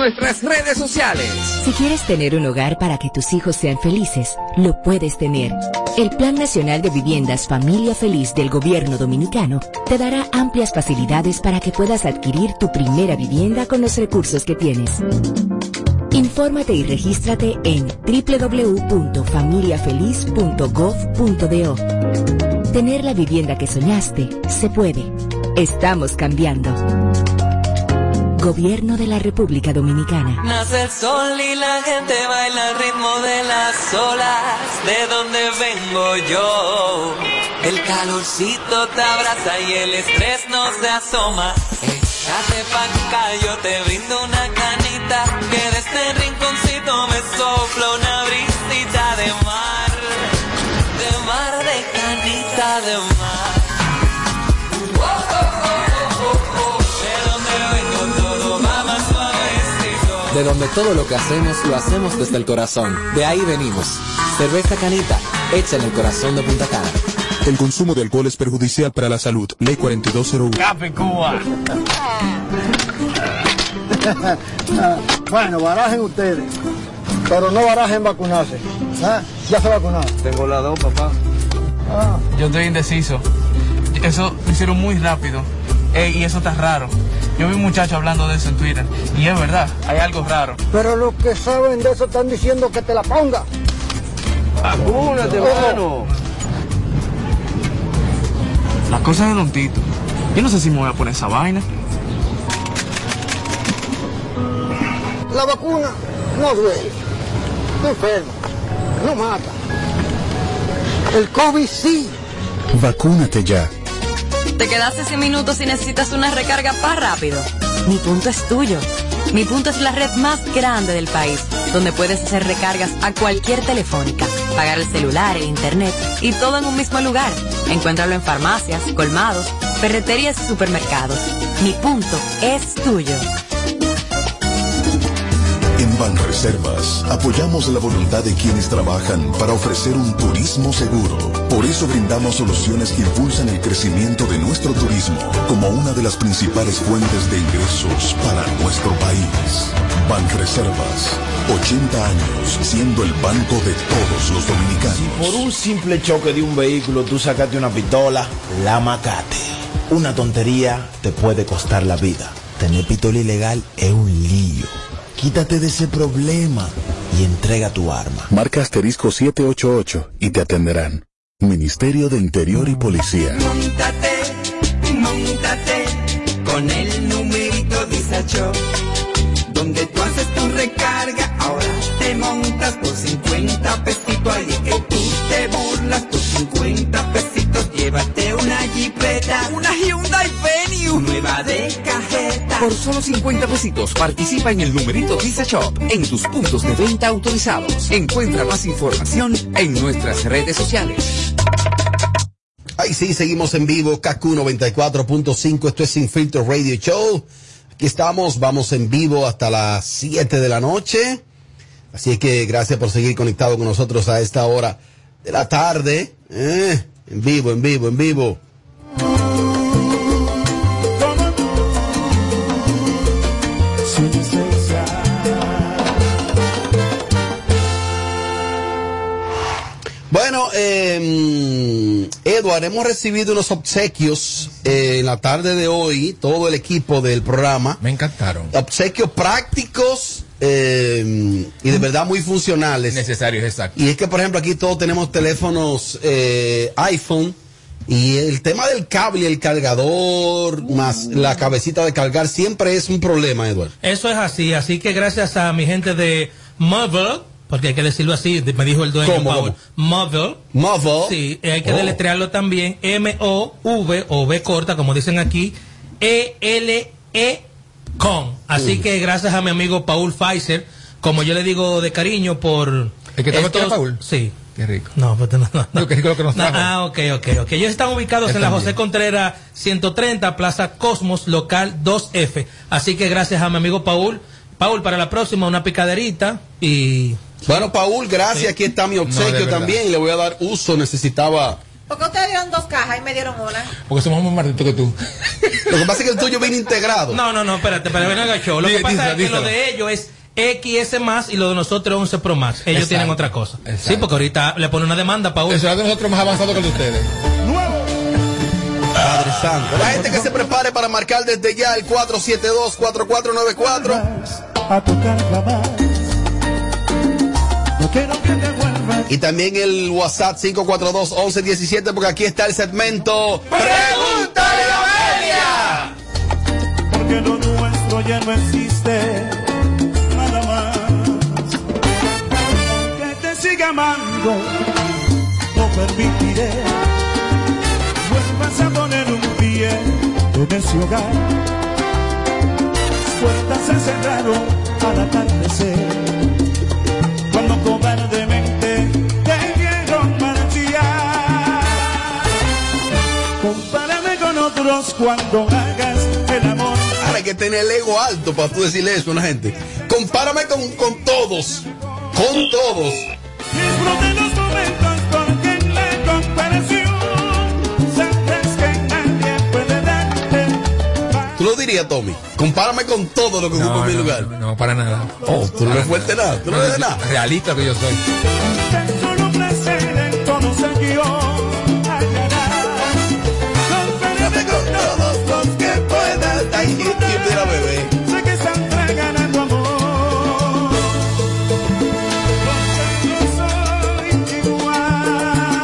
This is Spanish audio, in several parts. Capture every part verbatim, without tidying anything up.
nuestras redes sociales. Si quieres tener un hogar para que tus hijos sean felices, lo puedes tener. El Plan Nacional de Viviendas Familia Feliz del Gobierno Dominicano te dará amplias facilidades para que puedas adquirir tu primera vivienda con los recursos que tienes. Infórmate y regístrate en doble u doble u doble u punto familia feliz punto gov punto do. Tener la vivienda que soñaste se puede. Estamos cambiando. Gobierno de la República Dominicana. Nace el sol y la gente baila al ritmo de las olas. De donde vengo yo, el calorcito te abraza y el estrés no se asoma. Échate pa' acá, yo te brindo una canita, que de este rinconcito me sopla una brisita de mar, de mar, de canita de mar. Oh, oh, oh, oh, oh. De donde vengo todo va más suavecito. De donde todo lo que hacemos, lo hacemos desde el corazón. De ahí venimos. Cerveza Canita, hecha en el corazón de Punta Cana. El consumo de alcohol es perjudicial para la salud. Ley cuarenta y dos cero uno. ¡Café Cuba! Bueno, barajen ustedes, pero no barajen vacunarse. ¿Ah? ¿Ya se vacunaron? Tengo la dos, papá. Ah. Yo estoy indeciso. Eso lo hicieron muy rápido. Ey, y eso está raro. Yo vi un muchacho hablando de eso en Twitter. Y es verdad, hay algo raro. Pero los que saben de eso están diciendo que te la ponga. ¡Vacúnate, hermano! Las cosas de Don Tito. Yo no sé si me voy a poner esa vaina. La vacuna no duele, no enferma, no mata. El COVID sí. Vacúnate ya. ¿Te quedaste sin minutos y necesitas una recarga para rápido? Mi Punto es tuyo. Mi Punto es la red más grande del país, donde puedes hacer recargas a cualquier telefónica, pagar el celular, el internet y todo en un mismo lugar. Encuéntralo en farmacias, colmados, ferreterías y supermercados. Mi Punto es tuyo. En Banreservas apoyamos la voluntad de quienes trabajan para ofrecer un turismo seguro. Por eso brindamos soluciones que impulsan el crecimiento de nuestro turismo como una de las principales fuentes de ingresos para nuestro país. Banreservas, ochenta años siendo el banco de todos los dominicanos. Si por un simple choque de un vehículo tú sacaste una pistola, la macate. Una tontería te puede costar la vida. Tener pistola ilegal es un lío. Quítate de ese problema y entrega tu arma. Marca asterisco siete ocho ocho y te atenderán. Ministerio de Interior y Policía. Móntate, móntate con el numerito Disacho, donde tú haces tu recarga, ahora te montas por cincuenta pesitos. Ahí es que tú te burlas por cincuenta pesitos. Llévate una Jeepeta, una Hyundai Venue nueva de cajeta. Por solo cincuenta pesitos participa en el numerito Visa Shop en tus puntos de venta autorizados. Encuentra más información en nuestras redes sociales. Ahí sí, seguimos en vivo, K Q noventa y cuatro punto cinco, esto es Sin Filtro Radio Show. Aquí estamos, vamos en vivo hasta las siete de la noche. Así que gracias por seguir conectado con nosotros a esta hora de la tarde. Eh, en vivo, en vivo, en vivo. Bueno, eh, Edward, hemos recibido unos obsequios eh, en la tarde de hoy, todo el equipo del programa. Me encantaron. Obsequios prácticos eh, y de verdad muy funcionales. Necesarios, exacto. Y es que, por ejemplo, aquí todos tenemos teléfonos eh, iPhone y el tema del cable y el cargador, más la cabecita de cargar, siempre es un problema, Edward. Eso es así, así que gracias a mi gente de Marvel, porque hay que decirlo así, me dijo el dueño. ¿Cómo, cómo? Marvel. Marvel. Sí, hay que Oh. deletrearlo también. M O V o V corta, como dicen aquí, E L E com. Así Mm. que gracias a mi amigo Paul Pfizer, como yo le digo de cariño por... ¿El que estaba aquí estos- era Paul? Sí. Qué rico. No, pues no, no, no. Yo, qué rico lo que nos No, trajo. ah, ok, ok, ok. Ellos están ubicados Él en la también. José Contreras ciento treinta, Plaza Cosmos, local dos F. Así que gracias a mi amigo Paul. Paul, para la próxima, una picaderita y... Bueno, Paul, gracias. Sí. Aquí está mi No, obsequio de verdad. también y le voy a dar uso. Necesitaba ¿Por qué ustedes dieron dos cajas y me dieron una? Porque somos más malditos que tú. Lo que pasa es que el tuyo viene integrado. No, no, no, espérate, pero ven agacho. Lo que pasa Díselo, es que díselo. lo de ellos es X S más y lo de nosotros es once Pro más. Ellos Exacto. tienen otra cosa. Exacto. Sí, porque ahorita le ponen una demanda, Paul. Eso es de nosotros más avanzado que el de ustedes. Padre Santo. La gente que se prepare para marcar desde ya el cuatro siete dos, cuatro cuatro nueve cuatro. A tocarla más. No quiero que te vuelvas. Y también el WhatsApp cinco cuatro dos, once diecisiete, porque aquí está el segmento Pregúntale a Amelia. Porque lo nuestro ya no existe. Nada más. Que te siga amando. No permitiré. Vuelvas a poner un pie en ese hogar. Puertas se cerraron al atardecer. Cuando cobardemente te vieron marchar. Compárame con otros cuando hagas el amor. Ahora hay que tener el ego alto para tú decirle eso a una gente. Compárame con, con todos. Con todos. Disfrute los momentos porque en la comparación sabes que nadie puede darte. Tú lo dirías, Tommy. Compárame con todo lo que ocupa No, en mi no, lugar. no, no, para nada. Oh, tú no eres fuerte nada. Tú no eres nada. Realista que yo soy. Tan solo placer en conocer yo. Compárame con todos los que puedas. Ay, mira, bebé. Sé que están ganando amor. Porque yo soy igual.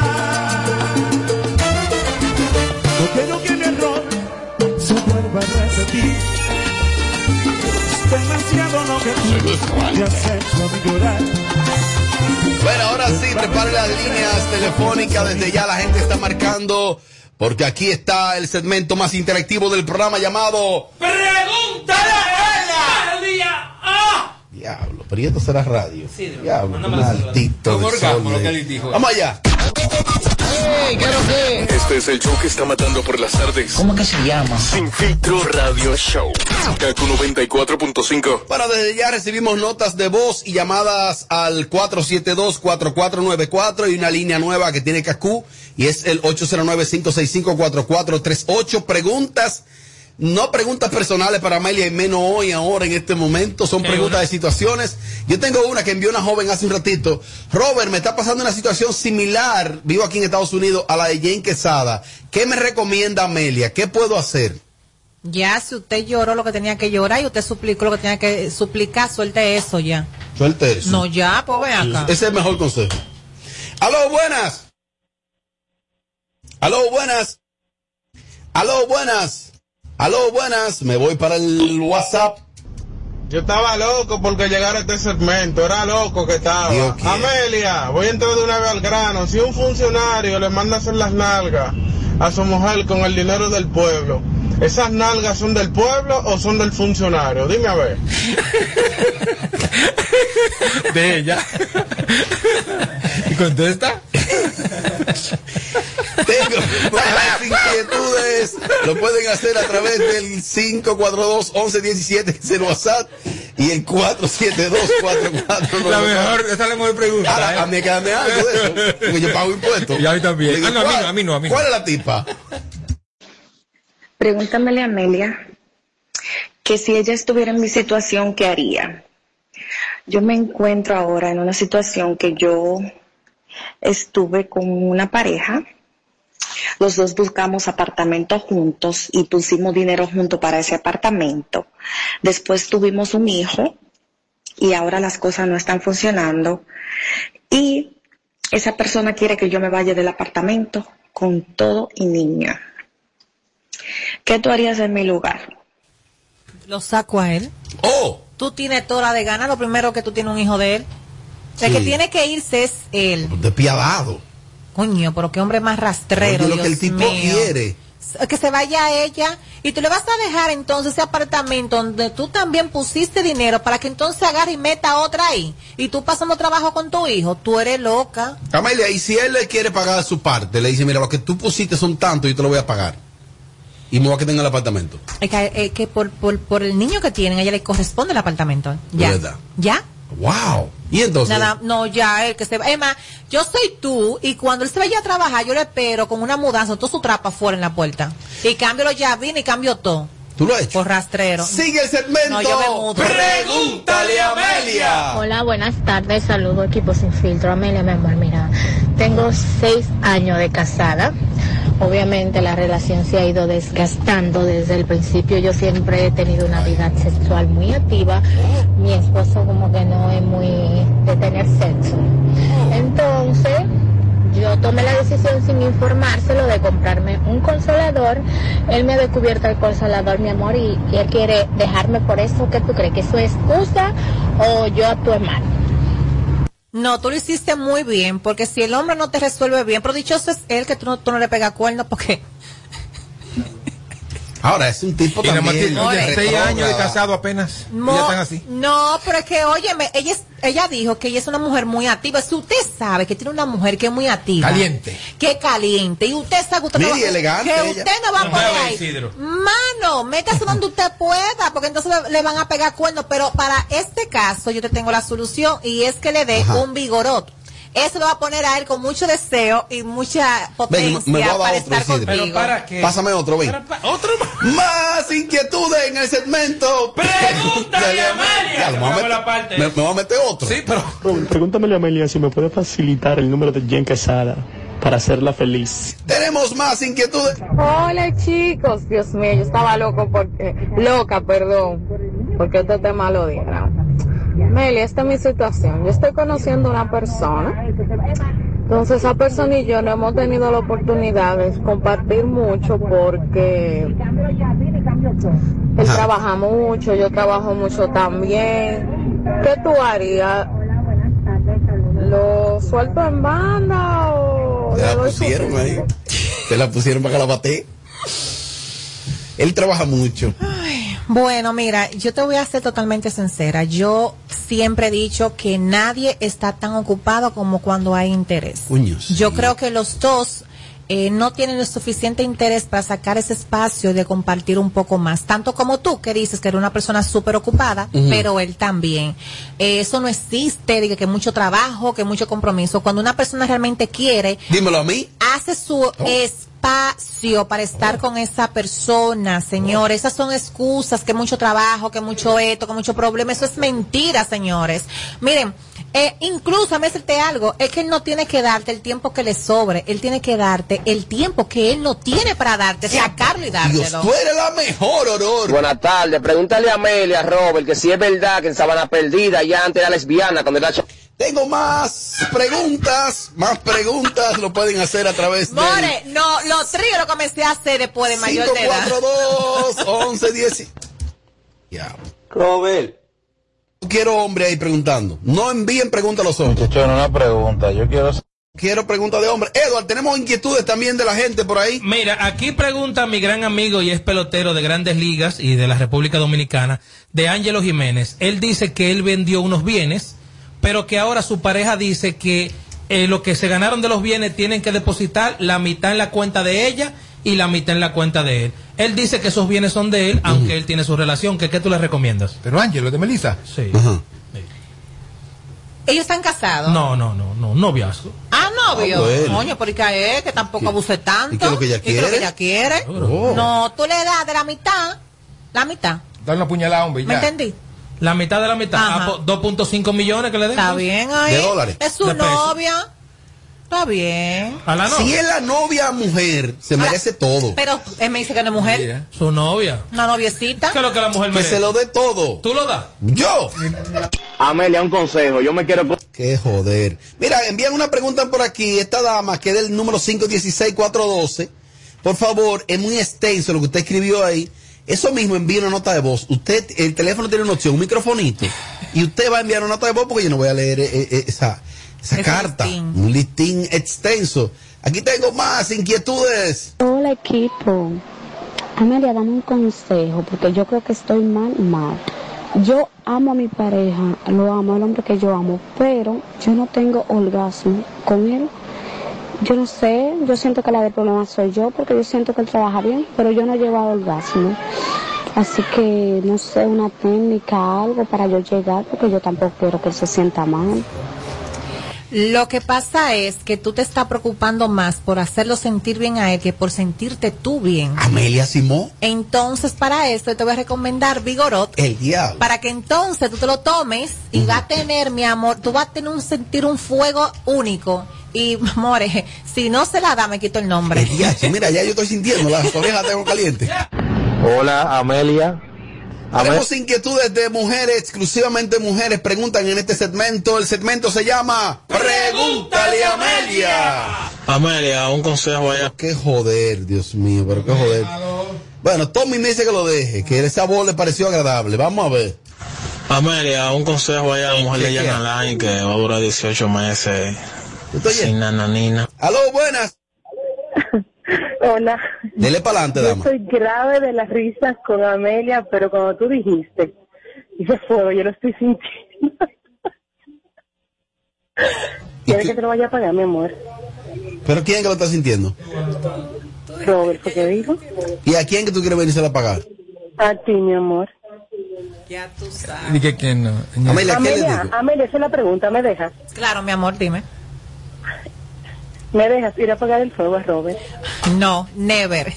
No quiero que mi error se vuelva a repetir. Es demasiado lo que tú me has hecho a mí llorar. Bueno, ahora sí, prepare las líneas telefónicas. Desde ya la gente está marcando. Porque aquí está el segmento más interactivo del programa llamado ¡Pregúntale a ella! ¡Ah! Diablo, pero ¿y esto será radio? Sí, de verdad. Diablo, Mándame la maldito Con del orgasmo, sol, lo que eh. él dijo. Vamos allá. Este es el show que está matando por las tardes. ¿Cómo que se llama? Sin Filtro Radio Show. Kaku noventa y cuatro punto cinco. Bueno, desde ya recibimos notas de voz y llamadas al cuatro siete dos, cuatro cuatro nueve cuatro y una línea nueva que tiene Kaku y es el ocho cero nueve, cinco seis cinco, cuatro cuatro tres ocho. Preguntas, no preguntas personales para Amelia y menos hoy, ahora, en este momento. Son preguntas de situaciones. Yo tengo una que envió una joven hace un ratito. Robert, me está pasando una situación similar, vivo aquí en Estados Unidos, a la de Jane Quesada. ¿Qué me recomienda Amelia? ¿Qué puedo hacer? Ya, si usted lloró lo que tenía que llorar y usted suplicó lo que tenía que suplicar, suelte eso ya. Suelte eso. No, ya, pues ven acá. Ese es el mejor consejo. Aló, buenas. Aló, buenas. Aló, buenas. Aló, buenas. Me voy para el WhatsApp. Yo estaba loco porque llegara este segmento, era loco que estaba. Dios quiera. Amelia, voy a entrar de una vez al grano. Si un funcionario le manda a hacer las nalgas a su mujer con el dinero del pueblo, ¿esas nalgas son del pueblo o son del funcionario? Dime a ver. De ella. ¿Y contesta? Tengo más inquietudes. Lo pueden hacer a través del cinco cuatro dos, once diecisiete, que es el WhatsApp, y el cuatro siete dos, cuatro cuatro nueve. La mejor, esa es la mejor pregunta. Ahora, ¿eh? a mí que dame algo de eso, porque yo pago impuestos. Y a mí también. Digo, Ah, no, a mí ¿cuál- no, a mí no, a mí no. ¿Cuál es la tipa? Pregúntamele a Amelia que si ella estuviera en mi situación, ¿qué haría? Yo me encuentro ahora en una situación que yo estuve con una pareja, los dos buscamos apartamento juntos y pusimos dinero junto para ese apartamento. Después tuvimos un hijo y ahora las cosas no están funcionando y esa persona quiere que yo me vaya del apartamento con todo y niña. ¿Qué tú harías en mi lugar? Lo saco a él. ¡Oh! Tú tienes toda la de ganas, lo primero que tú tienes un hijo de él. El Sí. que tiene que irse es él. Despiadado. Coño, pero qué hombre más rastrero, Oye, lo Dios que el tipo mío. quiere. Que se vaya ella y tú le vas a dejar entonces ese apartamento donde tú también pusiste dinero para que entonces agarre y meta otra ahí. Y tú pasando trabajo con tu hijo, tú eres loca. Amelia, y si él le quiere pagar su parte, le dice, mira, lo que tú pusiste son tanto, yo te lo voy a pagar. Y me voy a quedar en el apartamento. Es que, es que por, por, por el niño que tienen, a ella le corresponde el apartamento. Ya. verdad. ¿Ya? Wow. ¿Y entonces? Nada, no, ya, el que se va. Es más, yo soy tú, y cuando él se vaya a trabajar, yo le espero con una mudanza, todo su trapo afuera en la puerta. Y cambio los llavines y cambio todo. ¿Tú lo has hecho? Por rastrero. Sigue el segmento. No, yo me mudo. Pregúntale a Amelia. Hola, buenas tardes. Saludos, equipo Sin Filtro. Amelia, mi amor, mira, tengo seis años de casada. Obviamente la relación se ha ido desgastando desde el principio. Yo siempre he tenido una vida sexual muy activa. Mi esposo como que no es muy de tener sexo. Entonces, yo tomé la decisión sin informárselo de comprarme un consolador. Él me ha descubierto el consolador, mi amor, y, y él quiere dejarme por eso. ¿Qué tú crees? ¿Que eso es excusa o yo actué mal? No, tú lo hiciste muy bien, porque si el hombre no te resuelve bien, pero dichoso es él que tú no, tú no le pegas cuernos, porque... Ahora, es un tipo y también... Oye, seis años de casado apenas. No, ya están así. No, pero es que, óyeme, ella, es, ella dijo que ella es una mujer muy activa. Si usted sabe que tiene una mujer que es muy activa. Caliente. Que caliente. Y usted sabe que usted, Miri, no, va, elegante que ella. usted no va a poner ahí. Isidro. Mano, métase donde usted pueda, porque entonces le, le van a pegar cuernos. Pero para este caso yo te tengo la solución, y es que le dé Ajá. un vigorot. Eso lo va a poner a él con mucho deseo y mucha potencia Ven, me voy a dar para otro, estar Isidro. contigo. ¿Pero para qué? Pásame otro, ven. Para- pa- ¿Otro más? Más inquietudes en el segmento. Pregúntale a Amelia. Ya, me voy a Vamos a meter- la parte. me- me voy a meter otro. Sí, pero... Robert, pregúntame a Amelia si me puede facilitar el número de Jen Quesada para hacerla feliz. Tenemos más inquietudes. Hola chicos, Dios mío, yo estaba loco porque, loca, perdón, porque este tema lo dieron. Meli, esta es mi situación. Yo estoy conociendo a una persona, entonces esa persona y yo no hemos tenido la oportunidad de compartir mucho porque él trabaja mucho, yo trabajo mucho también. ¿Qué tú harías? ¿Lo suelto en banda o Te le la doy su pusieron ahí. Te la pusieron para que la bate. Él trabaja mucho. Bueno, mira, yo te voy a ser totalmente sincera. Yo siempre he dicho que nadie está tan ocupado como cuando hay interés. Coño, sí. Yo creo que los dos eh, no tienen el suficiente interés para sacar ese espacio de compartir un poco más. Tanto como tú, que dices que eres una persona súper ocupada, Ujú. pero él también. Eh, eso no existe, de que, que mucho trabajo, que mucho compromiso. Cuando una persona realmente quiere, Dímelo a mí. hace su espacio para estar con esa persona, señores. Esas son excusas, que mucho trabajo, que mucho esto, que mucho problema. Eso es mentira, señores. Miren, eh, incluso a mí decirte algo, es que él no tiene que darte el tiempo que le sobre, él tiene que darte el tiempo que él no tiene para darte, sacarlo y Dios, dártelo. tú eres la mejor, Aurora. Buenas tardes, pregúntale a Amelia, Robert, que si es verdad que en Sabana Perdida ya antes era lesbiana cuando era ch- Tengo más preguntas, más preguntas, lo pueden hacer a través de More, no, los tríos lo comencé a hacer después de mayor cinco de edad. cuatro dos, once diez. Ya. Robert. No quiero hombre ahí preguntando. No envíen preguntas a los hombres. Muchachos, una pregunta. Yo quiero... Quiero preguntas de hombre. Edward, tenemos inquietudes también de la gente por ahí. Mira, aquí pregunta mi gran amigo y es pelotero de Grandes Ligas y de la República Dominicana, de Ángelo Jiménez. Él dice que él vendió unos bienes, pero que ahora su pareja dice que eh, lo que se ganaron de los bienes tienen que depositar la mitad en la cuenta de ella y la mitad en la cuenta de él. Él dice que esos bienes son de él, aunque él tiene su relación. ¿Qué, qué tú le recomiendas? Pero Ángelo, de Melissa. Sí. Ajá. ¿Ellos están casados? No, no, no, no, noviazgo. Ah, novio. Ah, bueno. Coño, por qué es que tampoco abuse tanto. ¿Y qué es lo que ella ¿Y qué es lo quiere? que ella quiere? Oh. No, tú le das de la mitad, la mitad. Dale una puñalada, hombre, ¿Me ya. entendí? La mitad de la mitad. Ajá. Ah, pues, dos punto cinco millones que le den. Está bien ahí. De dólares. Es su De pesos. novia. Está bien. A la Si novia. es la novia mujer, se Ahora, merece todo. Pero él me dice que no es mujer. Mira. Su novia. Una noviecita. ¿Qué es lo que la mujer Que merece? se lo dé todo. ¿Tú lo das? Yo. Amelia, un consejo, yo me quiero... Qué joder. Mira, envían una pregunta por aquí. Esta dama, que es del número cinco uno seis cuatro uno dos. Por favor, es muy extenso lo que usted escribió ahí. Eso mismo, envíe una nota de voz. Usted, el teléfono tiene una opción, un microfonito. Y usted va a enviar una nota de voz porque yo no voy a leer eh, eh, esa, esa Ese carta. listín. Un listín extenso. Aquí tengo más inquietudes. Hola equipo, Amelia, dame un consejo porque yo creo que estoy mal, mal. Yo amo a mi pareja, lo amo, el hombre que yo amo, pero yo no tengo orgasmo con él. Yo no sé, yo siento que la del problema soy yo porque yo siento que él trabaja bien, pero yo no llevo a orgasmo. Así que, no sé, una técnica, algo para yo llegar, porque yo tampoco quiero que él se sienta mal. Lo que pasa es que tú te estás preocupando más por hacerlo sentir bien a él que por sentirte tú bien. Amelia Simó. Entonces, para esto te voy a recomendar Vigorot. El diablo. Para que entonces tú te lo tomes y uh-huh. va a tener, mi amor, tú vas a tener un sentir un fuego único. Y, amores, si no se la da, me quito el nombre. El diache, mira, ya yo estoy sintiendo, las orejas tengo caliente. Hola, Amelia. Tenemos inquietudes de mujeres, exclusivamente mujeres, preguntan en este segmento. El segmento se llama Pregúntale a Amelia. Amelia, un consejo allá. Qué joder, Dios mío, pero qué joder. Bueno, Tommy me dice que lo deje, que esa voz le pareció agradable. Vamos a ver. Amelia, un consejo allá a la mujer de Jan Alain que va a durar dieciocho meses sin nananina. Aló, buenas. Hola. Dele para adelante, dama. Yo estoy grave de las risas con Amelia, pero cuando tú dijiste, ese fuego, yo lo estoy sintiendo. ¿Quieres que te lo vaya a pagar, mi amor? ¿Pero quién que lo está sintiendo? Robert, ¿por qué dijo? ¿Y a quién que tú quieres venirse a pagar? A ti, mi amor. Ya tú sabes. ¿Y qué quién no? Amelia, ¿qué le digo? Amelia, Amelia, esa es la pregunta, ¿me dejas? Claro, mi amor, dime. ¿Me dejas ir a apagar el fuego a Robert? No, never.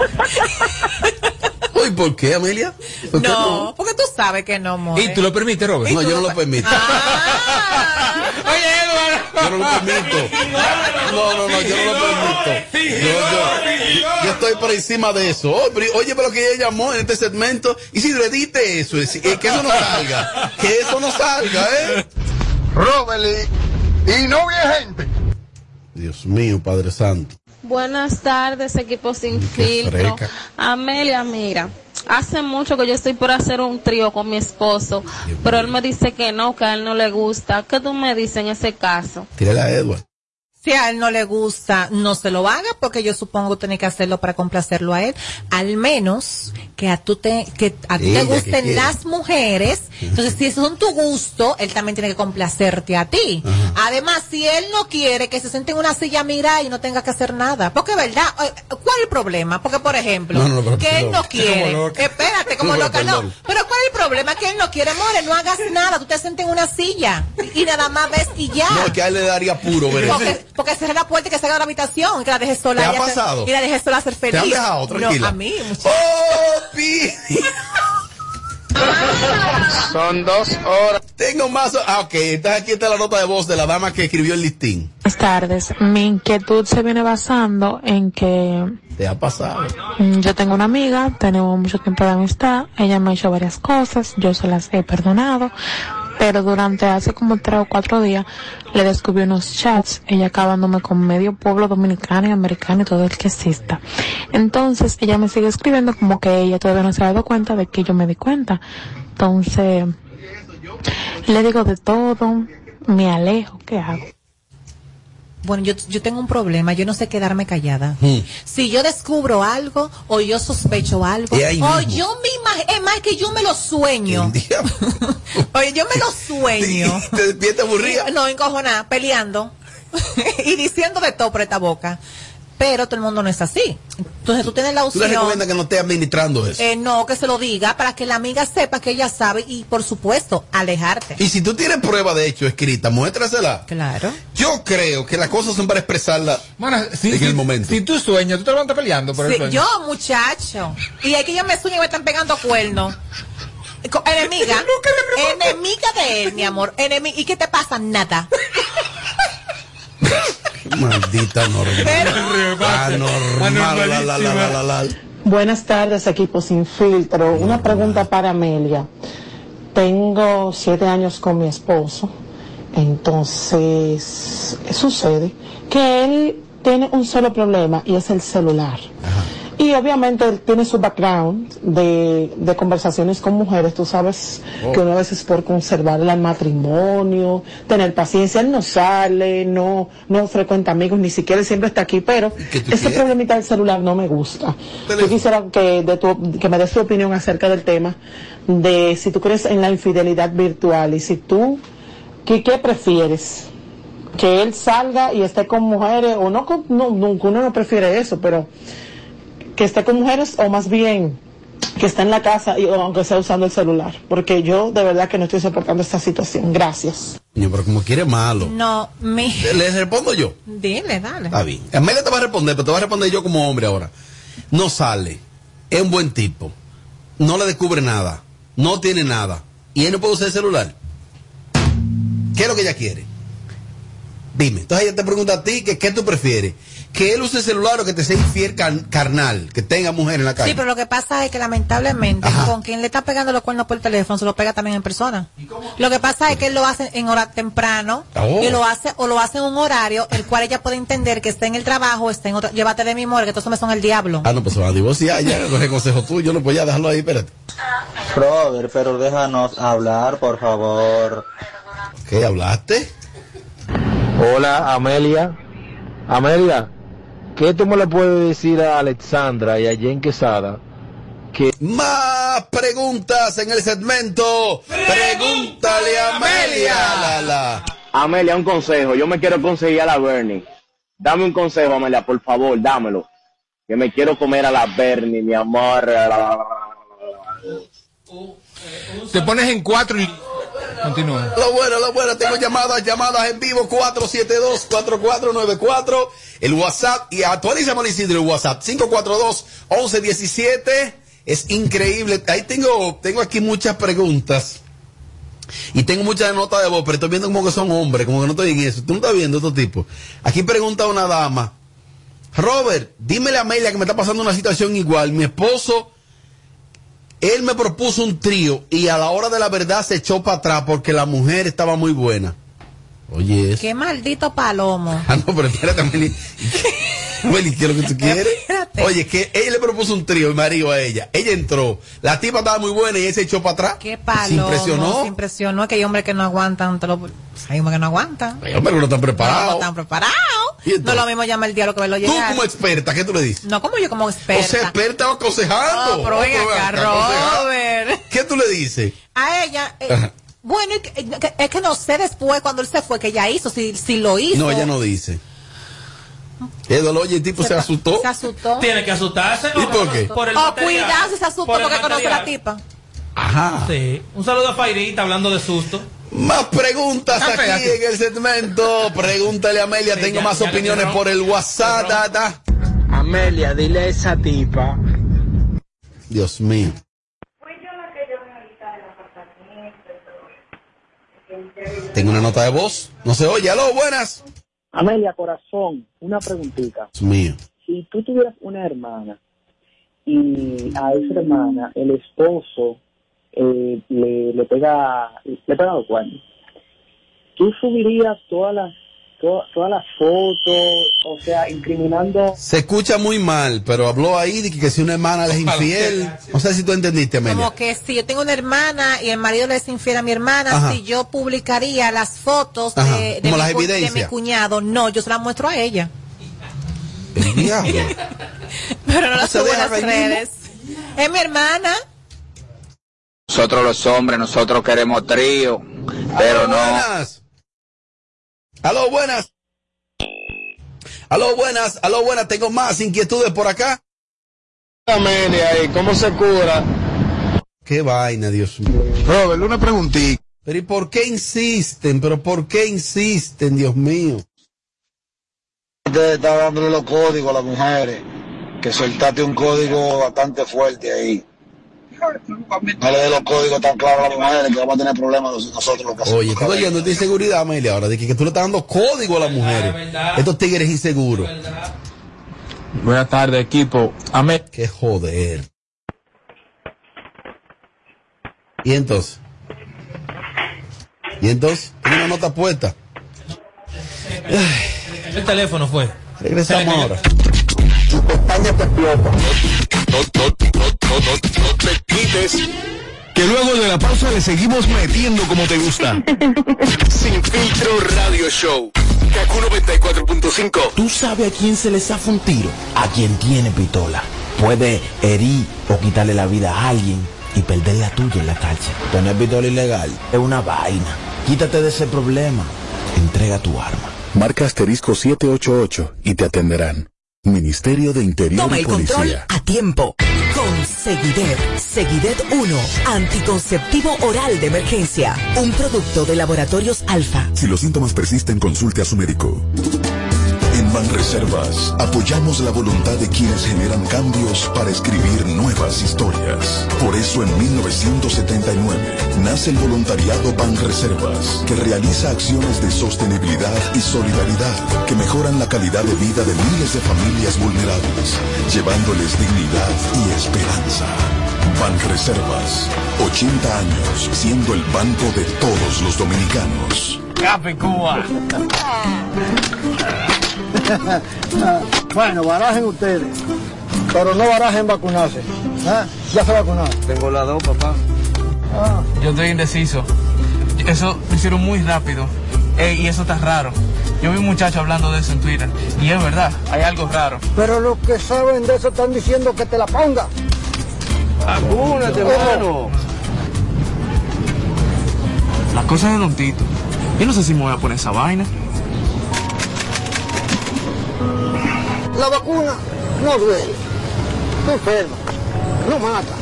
Uy, ¿por qué, Amelia? ¿Por qué no, no, porque tú sabes que no, more. ¿Y tú lo permites, Robert? No, yo no lo permito. Ah. Oye, Eduardo. Yo no lo permito. No, no, no, yo no lo permito. Yo, yo, yo estoy por encima de eso. Oye, pero que ella llamó en este segmento. Y si le diste eso, es, que eso no salga. Que eso no salga, ¿eh? Robert, y no vi gente. Dios mío, Padre Santo. Buenas tardes, equipo sin filtro. Amelia, mira, hace mucho que yo estoy por hacer un trío con mi esposo, Dios pero mío. Él me dice que no, que a él no le gusta. ¿Qué tú me dices en ese caso? Tírale a Edward. Si a él no le gusta, no se lo haga, porque yo supongo que tiene que hacerlo para complacerlo a él. Al menos que a tú te, que a ti te gusten las mujeres. Entonces, si son tu gusto, él también tiene que complacerte a ti. Ajá. Además, si él no quiere que se siente en una silla mira y no tenga que hacer nada. Porque, ¿verdad? ¿Cuál es el problema? Porque, por ejemplo, no, no, que él no quiere. Como espérate, como no, loca, no. Pero ¿cuál es el problema? Que él no quiere, more, no hagas nada. Tú te sientes en una silla y nada más ves y ya. No, que a él le daría puro, ¿verdad? Porque, porque cerré la puerta y que salga de la habitación y que la deje sola. ¿Te ha pasado? Y la deje sola a ser feliz. ¿Te han dejado? Tranquila. No, a mí, muchacho. ¡Oh, pi! Son dos horas. Tengo más. Ah, ok. Entonces aquí está la nota de voz de la dama que escribió el listín. Buenas tardes. Mi inquietud se viene basando en que... ¿Te ha pasado? Yo tengo una amiga, tenemos mucho tiempo de amistad. Ella me ha hecho varias cosas, yo se las he perdonado. Pero durante hace como tres o cuatro días le descubrí unos chats, ella acabándome con medio pueblo dominicano y americano y todo el que exista. Entonces ella me sigue escribiendo como que ella todavía no se ha dado cuenta de que yo me di cuenta. Entonces le digo de todo, me alejo, ¿qué hago? Bueno, yo, yo tengo un problema, yo no sé quedarme callada. Hmm. Si yo descubro algo, o yo sospecho algo, o mismo. yo me imagino, es más que yo me lo sueño. Oye, yo me lo sueño. ¿Te despiertas aburrida? No, encojonada, peleando y diciendo de todo por esta boca. Pero todo el mundo no es así. Entonces tú tienes la opción. ¿Tú le recomiendas que no esté administrando eso? Eh, no, que se lo diga para que la amiga sepa que ella sabe y, por supuesto, alejarte. Y si tú tienes prueba de hecho escrita, muéstrasela. Claro. Yo creo que las cosas son para expresarla Mana, si, en si, el momento. Si tú sueñas, tú te levantas peleando por sí, el sueño. Yo, muchacho. Y hay que yo me sueño y me están pegando cuernos. Enemiga. Enemiga de él, mi amor. Enemi ¿Y qué te pasa? Nada. Maldita normal. Anormal. La, la, la, la, la. Buenas tardes, equipo sin filtro. Una pregunta para Amelia. Tengo siete años con mi esposo. Entonces, sucede que él tiene un solo problema y es el celular. Ajá. Y obviamente él tiene su background de, de conversaciones con mujeres. Tú sabes oh. que una vez es por conservar el matrimonio, tener paciencia. Él no sale, no no frecuenta amigos, ni siquiera él siempre está aquí. Pero ese problemita del celular no me gusta. Yo quisiera que, de tu, que me des tu opinión acerca del tema de si tú crees en la infidelidad virtual y si tú, ¿qué, qué prefieres? Que él salga y esté con mujeres o no, con, no, no, uno no prefiere eso, pero... que esté con mujeres o más bien que está en la casa y aunque sea usando el celular, porque yo de verdad que no estoy soportando esta situación. Gracias. Niño, pero como quiere malo. No, me... ¿Le, le respondo yo? Dile, dale. Está bien. Amelia te va a responder, pero te va a responder yo como hombre ahora. No sale, es un buen tipo, no le descubre nada, no tiene nada, y él no puede usar el celular. ¿Qué es lo que ella quiere? Dime. Entonces ella te pregunta a ti que qué tú prefieres. Que él use el celular o que te sea infiel car- carnal, que tenga mujer en la calle. Sí, pero lo que pasa es que lamentablemente Ajá. con quien le está pegando los cuernos por el teléfono se lo pega también en persona. Lo que pasa es que él lo hace en hora temprano Oh. y lo hace o lo hace en un horario el cual ella puede entender que está en el trabajo, está en otro, llévate de mi amor, que todos me son el diablo. Ah, no, pues se van a divorciar ya, coge consejo tuyo, no, pues ya déjalo ahí, espérate. Brother, pero déjanos hablar, por favor. ¿Qué hablaste? Hola, Amelia. Amelia, ¿qué tú me le puedes decir a Alexandra y a Jen Quesada? Que... Más preguntas en el segmento. Pregúntale a Amelia. La, la. Amelia, un consejo. Yo me quiero conseguir a la Bernie. Dame un consejo, Amelia, por favor, dámelo. Que me quiero comer a la Bernie, mi amor. Te pones en cuatro y... Continúa. Lo bueno, lo bueno, tengo llamadas, llamadas en vivo, cuatro siete dos, cuatro cuatro nueve cuatro, el WhatsApp, y actualiza Isidro el WhatsApp, cinco cuatro dos, once diecisiete, es increíble, ahí tengo, tengo aquí muchas preguntas, y tengo muchas notas de voz, pero estoy viendo como que son hombres, como que no estoy en eso, tú no estás viendo estos tipos. Aquí pregunta una dama, Robert, dímele a Amelia que me está pasando una situación igual, mi esposo... Él me propuso un trío y a la hora de la verdad se echó para atrás porque la mujer estaba muy buena. Oye, eso. Qué maldito palomo. Ah, no, pero espérate, Amelia. Amelia, ¿qué es lo que tú quieres? Espérate. Oye, que él le propuso un trío, el marido a ella. Ella entró. La tipa estaba muy buena y él se echó para atrás. Qué palomo. Se impresionó. Se impresionó que hay hombres que no aguantan. Te lo... Hay hombres que no aguantan. Hay hombres que no están preparados. No están preparados. No es lo mismo llama el diablo que verlo llegar. Tú como experta, ¿qué tú le dices? No, como yo como experta. O sea, experta o aconsejando. No, pero ven acá, Robert. ¿Qué tú le dices? A ella... Eh, bueno, es que no sé después cuando él se fue que ella hizo, si, si lo hizo. No, ella no dice. Edol, oye, el tipo se, se asustó. Se asustó. Tiene que asustarse. ¿Y por qué? Por el oh, material, cuidado si se asustó por porque conoce a la tipa. Ajá. Sí. Un saludo a Fairita hablando de susto. Más preguntas Ah, aquí espérate. en el segmento. Pregúntale a Amelia. Sí, Tengo ya, más ya opiniones por el WhatsApp. Da, da. Amelia, dile a esa tipa. Dios mío. Tengo una nota de voz. No se oye. Aló, buenas. Amelia, corazón, una preguntita. Dios mío. Si tú tuvieras una hermana y a esa hermana el esposo eh, le, le pega le pega los cuernos, ¿tú subirías todas las todas, todas las fotos, o sea, incriminando? Se escucha muy mal, pero habló ahí de que, que si una hermana le es infiel. No sé si tú entendiste, Amelia. Como que si yo tengo una hermana y el marido le es infiel a mi hermana, Ajá. si yo publicaría las fotos Ajá. de, de, Como mi, las cu- de evidencias. mi cuñado, no, yo se las muestro a ella. El diablo. Pero no ¿Cómo las se subo en deja las ahí redes. Es mi hermana. Nosotros los hombres, nosotros queremos trío, pero Aló, no. buenas. Aló, buenas. Aló, buenas. Aló, buenas. Tengo más inquietudes por acá. Amelia, ¿y cómo se cura? Qué vaina, Dios mío. Robert, una preguntita. Pero ¿y por qué insisten? ¿Pero por qué insisten, Dios mío? Usted está dándole los códigos a las mujeres, que soltaste un código bastante fuerte ahí. No le dé los códigos tan claros a las mujeres que vamos a tener problemas nosotros los que hacemos. Oye, estoy oyendo esta inseguridad, Amelia, ahora, de que, que tú le estás dando código a las mujeres. Estos tigres inseguros. Buenas tardes, equipo. Amé. Qué joder. ¿Y entonces? ¿Y entonces? Tiene una nota puesta. El teléfono fue. Regresamos ahora. No, no, no, no, no, no te quites. Que luego de la pausa le seguimos metiendo como te gusta. Sin Filtro Radio Show. Kaku noventa y cuatro punto cinco. ¿Tú sabes a quién se le zafa un tiro? A quien tiene pistola. Puede herir o quitarle la vida a alguien y perder la tuya en la cárcel. Tener pistola ilegal es una vaina. Quítate de ese problema. Entrega tu arma. Marca asterisco siete ocho ocho y te atenderán. Ministerio de Interior Toma y el control Policía. a tiempo. con Seguidet. Seguidet uno, anticonceptivo oral de emergencia. Un producto de Laboratorios Alfa. Si los síntomas persisten, consulte a su médico. En Banreservas apoyamos la voluntad de quienes generan cambios para escribir nuevas historias. Por eso en mil novecientos setenta y nueve nace el voluntariado Banreservas, que realiza acciones de sostenibilidad y solidaridad que mejoran la calidad de vida de miles de familias vulnerables, llevándoles dignidad y esperanza. Banreservas, ochenta años siendo el banco de todos los dominicanos. Café Cuba. Bueno, barajen ustedes, pero no barajen vacunarse. ¿Ah? ¿Ya se vacunaron? Tengo la dos, papá. Ah. Yo estoy indeciso. Eso lo hicieron muy rápido. Eh, y eso está raro. Yo vi un muchacho hablando de eso en Twitter. Y es verdad, hay algo raro. Pero los que saben de eso están diciendo que te la ponga. Vacúnate, hermano. Las cosas de Don Tito. Yo no sé si me voy a poner esa vaina. La vacuna no duele, no enferma, no mata.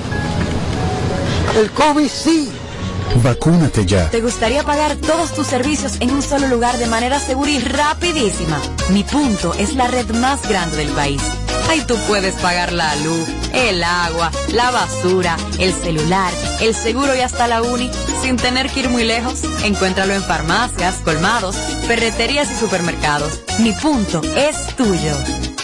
El COVID sí. Vacúnate ya. ¿Te gustaría pagar todos tus servicios en un solo lugar de manera segura y rapidísima? Mi Punto es la red más grande del país. Ahí tú puedes pagar la luz, el agua, la basura, el celular, el seguro y hasta la uni sin tener que ir muy lejos. Encuéntralo en farmacias, colmados, ferreterías y supermercados. Mi Punto es tuyo.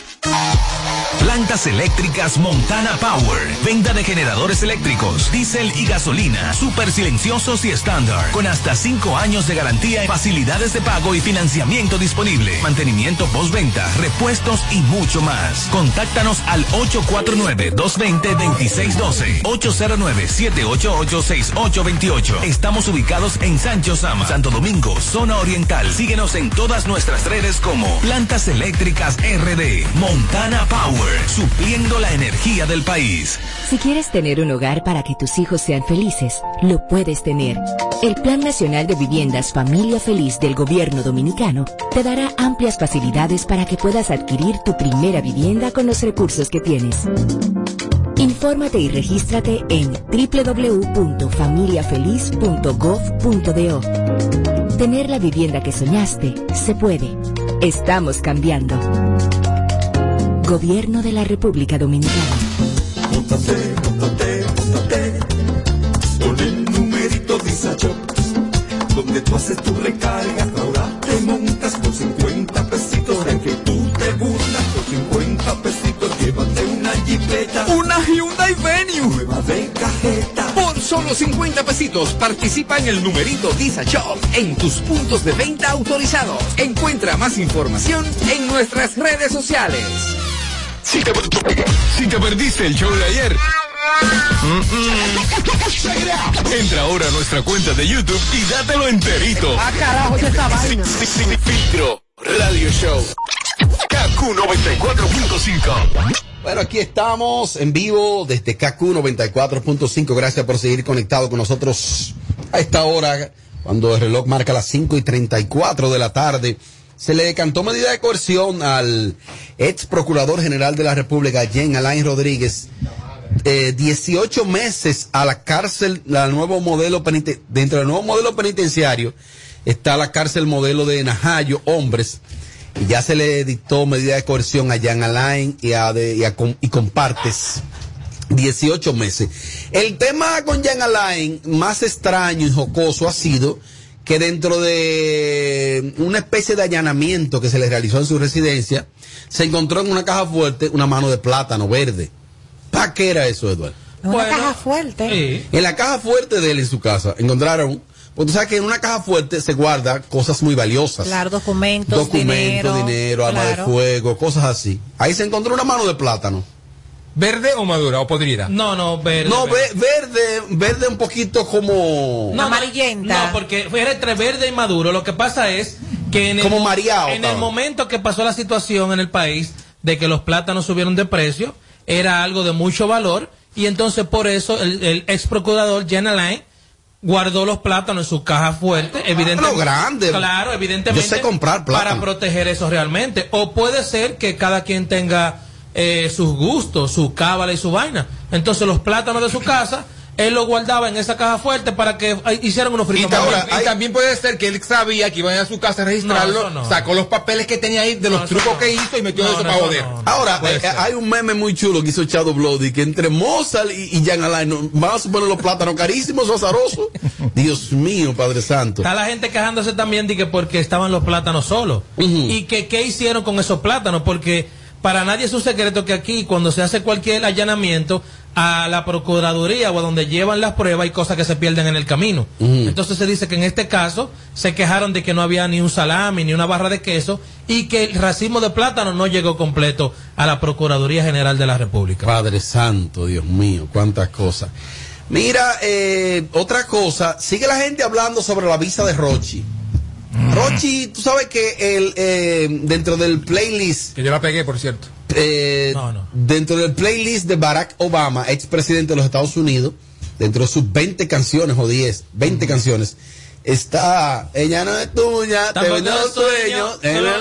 Plantas eléctricas Montana Power. Venta de generadores eléctricos, diésel y gasolina, súper silenciosos y estándar, con hasta cinco años de garantía, facilidades de pago y financiamiento disponible, mantenimiento postventa, repuestos y mucho más. Contáctanos al ocho cuatro nueve, dos dos cero, dos seis uno dos, ocho cero nueve, siete ocho ocho, seis ocho dos ocho. Estamos ubicados en Sancho Sama, Santo Domingo, zona oriental. Síguenos en todas nuestras redes como Plantas Eléctricas R D. Montana Power, supliendo la energía del país. Si quieres tener un hogar para que tus hijos sean felices, lo puedes tener. El Plan Nacional de Viviendas Familia Feliz del Gobierno Dominicano te dará amplias facilidades para que puedas adquirir tu primera vivienda con los recursos que tienes. Infórmate y regístrate en doble u doble u doble u punto familia feliz punto gov punto do. Tener la vivienda que soñaste se puede. Estamos cambiando. Gobierno de la República Dominicana. Móntate, móntate, móntate con el numerito Visa Shop, donde tú haces tu recarga, ahora te montas por cincuenta pesitos, en que tú te burlas por cincuenta pesitos, llévate una Jeepeta, una Hyundai Venue nueva de cajeta. Por solo cincuenta pesitos participa en el numerito Visa Shop en tus puntos de venta autorizados. Encuentra más información en nuestras redes sociales. Si te, si te perdiste el show de ayer, mm-mm. entra ahora a nuestra cuenta de YouTube y dátelo enterito. Ah, carajo, esa vaina. Filtro Radio Show. K Q noventa y cuatro punto cinco. Bueno, aquí estamos en vivo desde K Q noventa y cuatro punto cinco. Gracias por seguir conectado con nosotros a esta hora, cuando el reloj marca las cinco y treinta y cuatro de la tarde. Se le decantó medida de coerción al ex procurador general de la República, Jean Alain Rodríguez, eh, dieciocho meses a la cárcel. La nuevo modelo peniten- dentro del nuevo modelo penitenciario está la cárcel modelo de Najayo, hombres, y ya se le dictó medida de coerción a Jean Alain y a, de, y, a y compartes. dieciocho meses. El tema con Jean Alain más extraño y jocoso ha sido que dentro de una especie de allanamiento que se le realizó en su residencia, se encontró en una caja fuerte una mano de plátano verde. ¿Para qué era eso, Eduardo? Una bueno, caja fuerte. Sí. En la caja fuerte de él en su casa encontraron, porque tú sabes que en una caja fuerte se guarda cosas muy valiosas. Claro, documentos, documentos, dinero, dinero, arma claro. de fuego, cosas así. Ahí se encontró una mano de plátano. ¿Verde o madura o podrida? No, no, verde. No, verde, verde, verde un poquito como... No, amarillenta. No, porque era entre verde y maduro. Lo que pasa es que en el, como mareado, en el momento que pasó la situación en el país de que los plátanos subieron de precio, era algo de mucho valor, y entonces por eso el, el ex procurador Jean Alain guardó los plátanos en su caja fuerte, evidentemente. Pero grande. Claro, evidentemente. Yo sé comprar plátanos. Para proteger eso realmente. O puede ser que cada quien tenga eh, sus gustos, su cábala y su vaina. Entonces los plátanos de su casa, él los guardaba en esa caja fuerte para que eh, hicieran unos fritos. Y, también, y también puede ser que él sabía que iban a su casa a registrarlo, no, no. sacó los papeles que tenía ahí de los no, trucos no. que hizo y metió no, eso no, para joder. No, no, Ahora, eh, hay un meme muy chulo que hizo Shadow Bloody, que entre Mozart y, y Jan Alain, ¿no? Van a suponer los plátanos carísimos o azarosos. Dios mío, Padre Santo. Está la gente quejándose también de que porque estaban los plátanos solos. Uh-huh. Y que qué hicieron con esos plátanos, porque para nadie es un secreto que aquí, cuando se hace cualquier allanamiento a la procuraduría o a donde llevan las pruebas, hay cosas que se pierden en el camino. Uh-huh. Entonces se dice que en este caso se quejaron de que no había ni un salami ni una barra de queso y que el racimo de plátano no llegó completo a la Procuraduría General de la República. Padre Santo, Dios mío, cuántas cosas. Mira, eh, otra cosa, sigue la gente hablando sobre la visa de Rochi. Mm. Rochi, tú sabes que el eh, dentro del playlist... Que yo la pegué, por cierto. Eh, no, no. Dentro del playlist de Barack Obama, expresidente de los Estados Unidos, dentro de sus veinte canciones o diez, veinte mm. canciones, está Ella no es tuya, te vendo los sueños,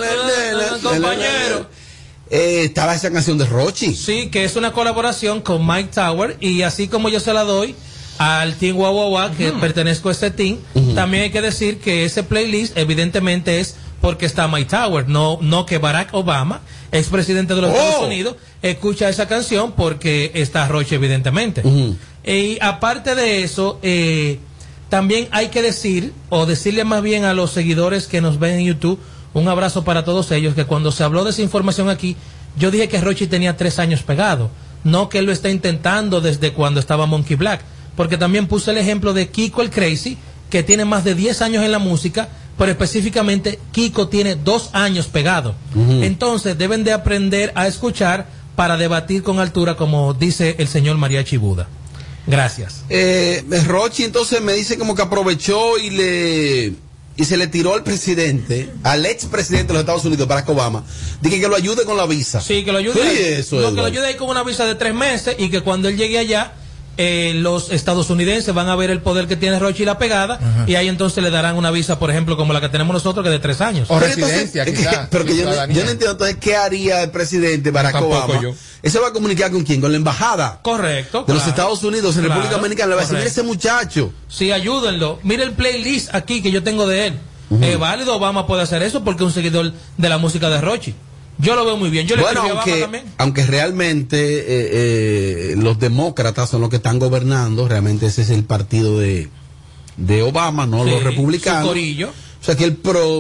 compañero. Eh, estaba esa canción de Rochi. Sí, que es una colaboración con Mike Tower, y así como yo se la doy al Team Wawawa, que uh-huh. pertenezco a este team, uh-huh. también hay que decir que ese playlist evidentemente es porque está Mike Tower, no, no que Barack Obama, expresidente de los oh. Estados Unidos, escucha esa canción porque está Rochi evidentemente. Uh-huh. Y aparte de eso, eh, también hay que decir, o decirle más bien a los seguidores que nos ven en YouTube, un abrazo para todos ellos, que cuando se habló de esa información aquí, yo dije que Rochi tenía tres años pegado, no que él lo está intentando desde cuando estaba Monkey Black, porque también puse el ejemplo de Kiko el Crazy, que tiene más de diez años en la música, pero específicamente Kiko tiene dos años pegado. Uh-huh. Entonces deben de aprender a escuchar para debatir con altura, como dice el señor Mariachi Buda. Gracias. Eh, Rochi entonces me dice como que aprovechó y le... y se le tiró al presidente, al expresidente de los Estados Unidos, Barack Obama, dije que lo ayude con la visa. Sí, que lo ayude. Sí, eso no, que lo ayude ahí con una visa de tres meses y que cuando él llegue allá, eh, los estadounidenses van a ver el poder que tiene Rochi y la pegada, uh-huh. y ahí entonces le darán una visa, por ejemplo, como la que tenemos nosotros, que de tres años. O residencia, entonces, quizás. Pero que yo, no, yo no entiendo entonces qué haría el presidente Barack no, Obama. Yo. ¿Ese va a comunicar con quién? Con la embajada. Correcto. De claro, los Estados Unidos en claro, República Dominicana. Le va a decir, mire ese muchacho. Sí, ayúdenlo. Mire el playlist aquí que yo tengo de él. Uh-huh. Es válido, Obama puede hacer eso porque es un seguidor de la música de Rochi. Yo lo veo muy bien. Yo bueno, le aunque, a Obama también. aunque realmente eh, eh, los demócratas son los que están gobernando, realmente ese es el partido de, de Obama, no sí, los republicanos. Su corillo. O sea que el pro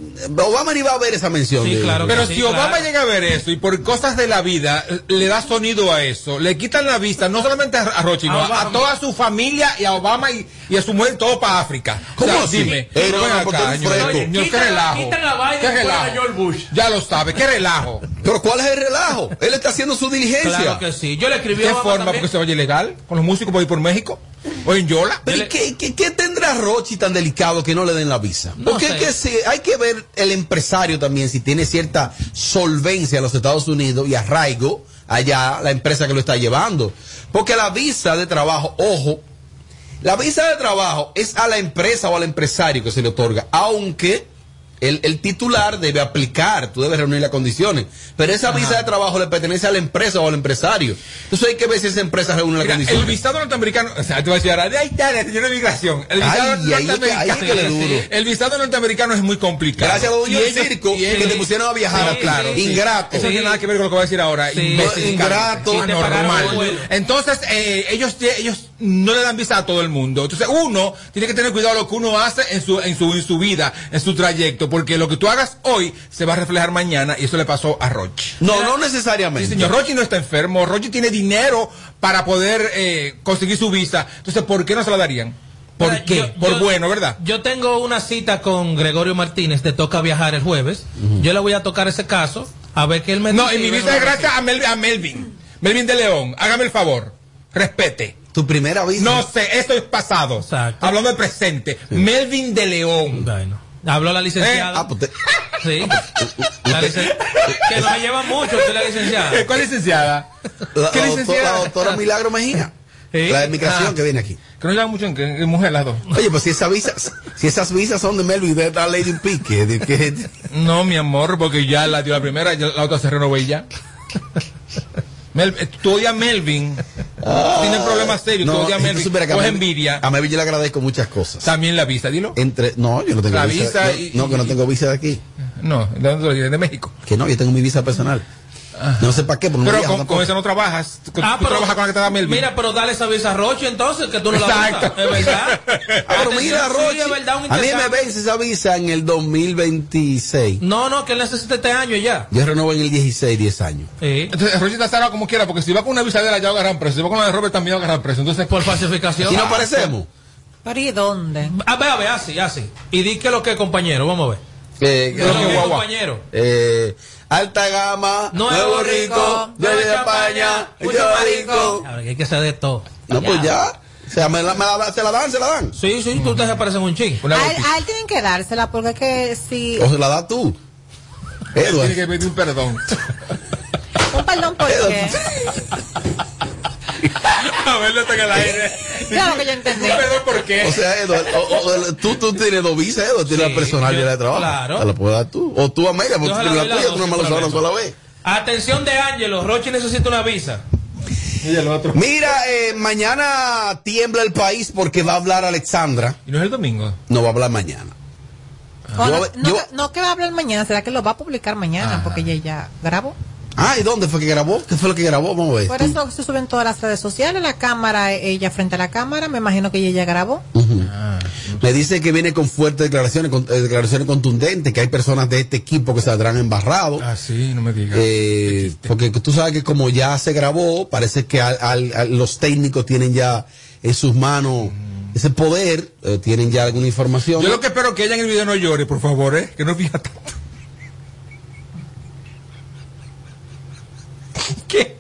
Obama ni va a ver esa mención. Sí, de, claro. Pero sí, si claro. Obama llega a ver eso y por cosas de la vida le da sonido a eso, le quitan la vista no solamente a, a Rochi, no, a, a toda su familia y a Obama y, y a su mujer todo para África. ¿Cómo o sea, así? Dime, Eh, no, ven no, acá, señor, señor, qué relajo. Quitan la vaina ¿Qué y relajo? a George Bush. Ya lo sabe, qué relajo. Pero ¿cuál es el relajo? Él está haciendo su diligencia. Claro que sí. Yo le escribí ¿Qué a Obama forma? también. Porque se vaya ilegal con los músicos por ir por México o en Yola. Pero ¿y qué, qué, qué tendrá Rochi tan delicado que no le den la visa? No Porque sé. hay que, se- hay que ver el empresario también, si tiene cierta solvencia en los Estados Unidos y arraigo allá la empresa que lo está llevando. Porque la visa de trabajo, ojo, la visa de trabajo es a la empresa o al empresario que se le otorga, aunque el, el titular debe aplicar, tú debes reunir las condiciones, pero esa Ajá. visa de trabajo le pertenece a la empresa o al empresario. Entonces hay que ver si esa empresa reúne las Mira, condiciones. el visado norteamericano, o sea, te voy a decir ahora, de ahí está la señora de migración. El visado Ay, ahí es que- ahí es que le duro. El visado norteamericano es muy complicado. Gracias a los dueños Y del ellos- circo y que ellos- te pusieron a viajar, Sí, claro. sí, sí. Ingrato. Eso no tiene nada que ver con lo que voy a decir ahora. Sí. Imbécil, Ingrato. sí, te pagaron el normal. vuelo. Entonces, eh, ellos, ellos no le dan visa a todo el mundo. Entonces, uno tiene que tener cuidado lo que uno hace en su, en su, en su vida, en su trayecto, porque lo que tú hagas hoy se va a reflejar mañana, y eso le pasó a Rochi. No, no necesariamente. Sí, señor, Rochi no está enfermo, Rochi tiene dinero para poder eh, conseguir su visa. Entonces, ¿por qué no se la darían? ¿Por Mira, qué? yo- Por yo- bueno, ¿verdad? Yo tengo una cita con Gregorio Martínez, te toca viajar el jueves. Uh-huh. Yo le voy a tocar ese caso, a ver qué él me No, dice. y mi visa es gracias a, Mel- a Melvin. Melvin de León, hágame el favor. Respete. Tu primera visa. No sé, eso es pasado. Exacto. Hablando de presente. Sí. Melvin de León. Bueno, habló la licenciada. Eh, ah, pues te- Sí. La licen- que no me lleva mucho, usted la licenciada. ¿Cuál licenciada? La, ¿Qué la licenciada? doctora, la doctora Milagro Mejía. Sí. La de migración Ah. que viene aquí. Que no llevan mucho en, en mujer las dos. Oye, pues si esas visas, si esas visas son de Melvin, de la Lady Pique, de que No, mi amor, porque ya la dio la primera, ya la otra se renovó y ya. Mel, tú odias a Melvin. Ah, Tiene problemas serios. no, tú odias a y tú Melvin. supieras que a Coge Melvin- envidia. A Melvin yo le agradezco muchas cosas. También la visa, dilo. Entre, no, yo no tengo La visa. visa yo- y- no, que no tengo visa de aquí. No, ¿de dónde lo tienes? De México. Que no, yo tengo mi visa personal. No sé para qué, pero no Pero viajo con, tampoco. con eso no trabajas. Tú, Ah, tú pero- trabajas con la que te da Melvin. Mira, pero dale esa visa a Roche entonces, que tú no la Exacto. usas. Es verdad. Ah, pero mira, Sí, Rochi, es verdad, un a mí me intercambio. vence esa visa en el dos mil veintiséis. No, no, que él necesita este año ya. Yo renovo en el dieciséis, diez años. Sí. Entonces, Rochi está salado como quiera, porque si va con una visa de la ya lo agarran preso. Si va con la de Robert también lo agarran preso. Entonces, Por falsificación. ¿Y nos parecemos? ¿Pero y dónde? A ver, a ver, así, así. Y di que lo que es compañero, vamos a ver. Eh, Lo que es guagua. compañero. Eh, alta gama, Nuevo nuevo rico, rico, yo de España, mucho yo marico. rico. Ahora que hay que hacer de todo. No, pues ya. O sea, me la, me la- se la dan, se la dan. Sí, sí, tú te apareces un ching. A él, a él tienen que dársela porque es que si... O se la das tú. tiene Edward. que pedir un perdón. Un perdón por qué. A verlo está en el aire. Claro que yo entendí. Un perdón por qué. O sea, Edward, o- o- o- tú, tú tienes dos visas, Edward, tienes Sí, la personal y yo- la de trabajo. claro. Te la puedo dar tú. O tú, Amelia, porque Yo tú se la tienes doy la las tuya, tú dos, no me lo sin sabes una problema. sola vez. Atención de Ángelo, Rochi necesita una visa. Y el otro. Mira, eh, mañana tiembla el país porque va a hablar Alexandra. ¿Y no es el domingo? No va a hablar mañana. O no, Yo- no, yo- que- no que va a hablar mañana, será que lo va a publicar mañana porque ella ya grabó. Ah, ¿y dónde fue que grabó? ¿Qué fue lo que grabó? Vamos a ver. Por eso se suben todas las redes sociales, la cámara, ella frente a la cámara, me imagino que ella ya grabó. Ujú. Me dice que viene con fuertes declaraciones, con, eh, declaraciones contundentes, que hay personas de este equipo que saldrán embarrados. Ah, sí, no me digas. Eh, porque tú sabes que como ya se grabó, parece que al- al- al- los técnicos tienen ya en sus manos ese poder, eh, tienen ya alguna información. Yo lo que espero que ella en el video no llore, por favor, ¿eh? Que no fija tanto. ¿Qué?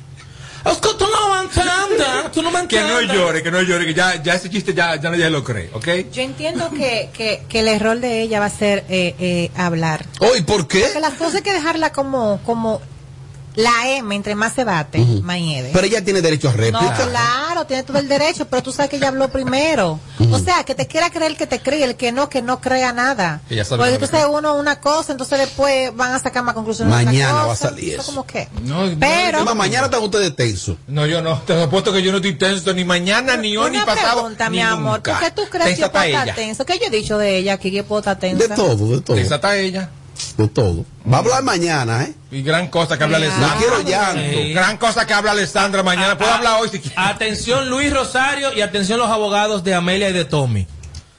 Es que tú no me entiendes, tú no me Que no entiendes. llore, que no llore, que ya, ya ese chiste ya, ya nadie lo cree, ¿ok? Yo entiendo que, que, que el error de ella va a ser eh, eh, hablar. Oh, ¿y por qué? Porque las cosas hay que dejarla como, como la M, entre más se bate, Ujú. más hiede. Pero ella tiene derecho a No, réplica. claro, tiene todo el derecho, pero tú sabes que ella habló primero. O sea, que te quiera creer que te cree, el que no, que no crea nada. Ella sabe Porque que no entonces uno una cosa, entonces después van a sacar más conclusiones. de otra Mañana va a cosa. salir Eso eso. como que. No, Pero- Es más, mañana están ustedes tensos. No, yo no. Te apuesto que yo no estoy tenso ni mañana, ni hoy, ni Una pasado. pregunta, ni mi amor, nunca. ¿por qué tú crees que Tensa yo puedo está estar ella. tenso? ¿Qué yo he dicho de ella aquí que yo puedo estar tensa? De todo, de todo. Tensa está ella. De todo. Va a hablar mañana, ¿eh? Y gran cosa que habla Claro. Alessandra. No quiero llanto. Sí. Gran cosa que habla Alessandra mañana. Puedo Ah, hablar hoy si quieres. Atención Luis Rosario y atención los abogados de Amelia y de Tommy.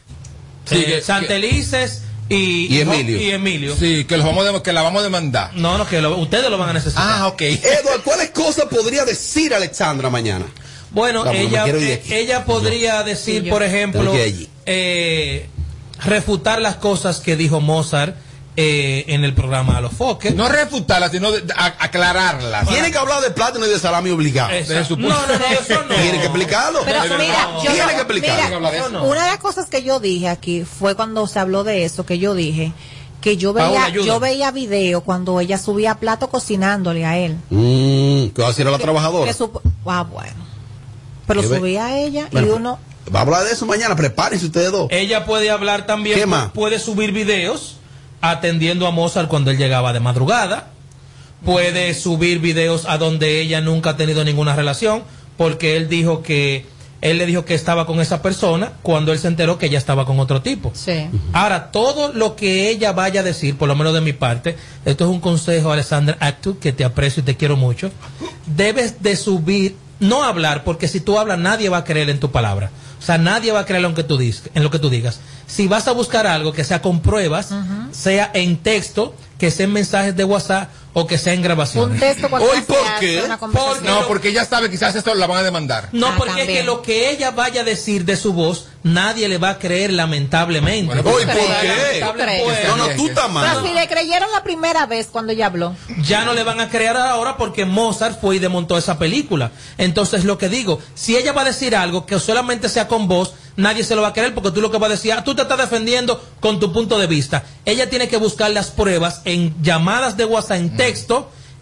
Sí, Eh, que- Santelices y, Y Emilio. y Emilio. Sí, que, los vamos a dem- que la vamos a demandar. No, no, que lo- ustedes lo van a necesitar. Ah, ok. Edward, ¿cuáles cosas podría decir Alexandra mañana? Bueno, Vamos, no me ella, quiero ir de eh, aquí. ella podría decir, Sí, yo. por ejemplo, Tengo que ir allí. eh, refutar las cosas que dijo Mozart eh, en el programa A los Foques. No refutarla, sino de- a- aclararla. Tiene que hablar de plátano y de salami obligado. Esa- de su- no, no, no, eso no. Tiene que explicarlo. Pero No, mira, no, yo tiene no- que explicar. mira, Tiene que hablar de eso. no. una de las cosas que yo dije aquí fue cuando se habló de eso, que yo dije que yo Paola, veía, ayuda. yo veía video cuando ella subía plato cocinándole a él. Mm, ¿qué va a decir a la trabajadora? Que supo- ah, bueno. Pero ¿Qué ve? subía a ella Bueno, y uno... Va a hablar de eso mañana, prepárense ustedes dos. Ella puede hablar también, ¿Qué más? puede subir videos atendiendo a Mozart cuando él llegaba de madrugada. Puede subir videos a donde ella nunca ha tenido ninguna relación, porque él dijo que él le dijo que estaba con esa persona cuando él se enteró que ella estaba con otro tipo. Sí. Ahora, todo lo que ella vaya a decir, por lo menos de mi parte, esto es un consejo, Alessandra Actu, que te aprecio y te quiero mucho, debes de subir, no hablar, porque si tú hablas nadie va a creer en tu palabra. O sea, nadie va a creer en lo que tú, dis- en lo que tú digas. Si vas a buscar algo que sea con pruebas, sea en texto, que sea en mensajes de WhatsApp o que sea en grabaciones. Un texto cuando Hoy, se ¿por hace qué? una conversación. No, porque ella sabe, quizás esto la van a demandar. No, Ah, porque es también. que lo que ella vaya a decir de su voz, nadie le va a creer lamentablemente. Bueno, Hoy, ¿Tú ¿por crees? qué? ¿Tú crees? Pues, No, no, tú estás Pero mal. si le creyeron la primera vez cuando ella habló. ya no le van a creer ahora porque Mozart fue y desmontó esa película. Entonces, lo que digo, si ella va a decir algo que solamente sea con voz, nadie se lo va a creer porque tú lo que vas a decir, ah, tú te estás defendiendo con tu punto de vista. Ella tiene que buscar las pruebas en llamadas de WhatsApp en texto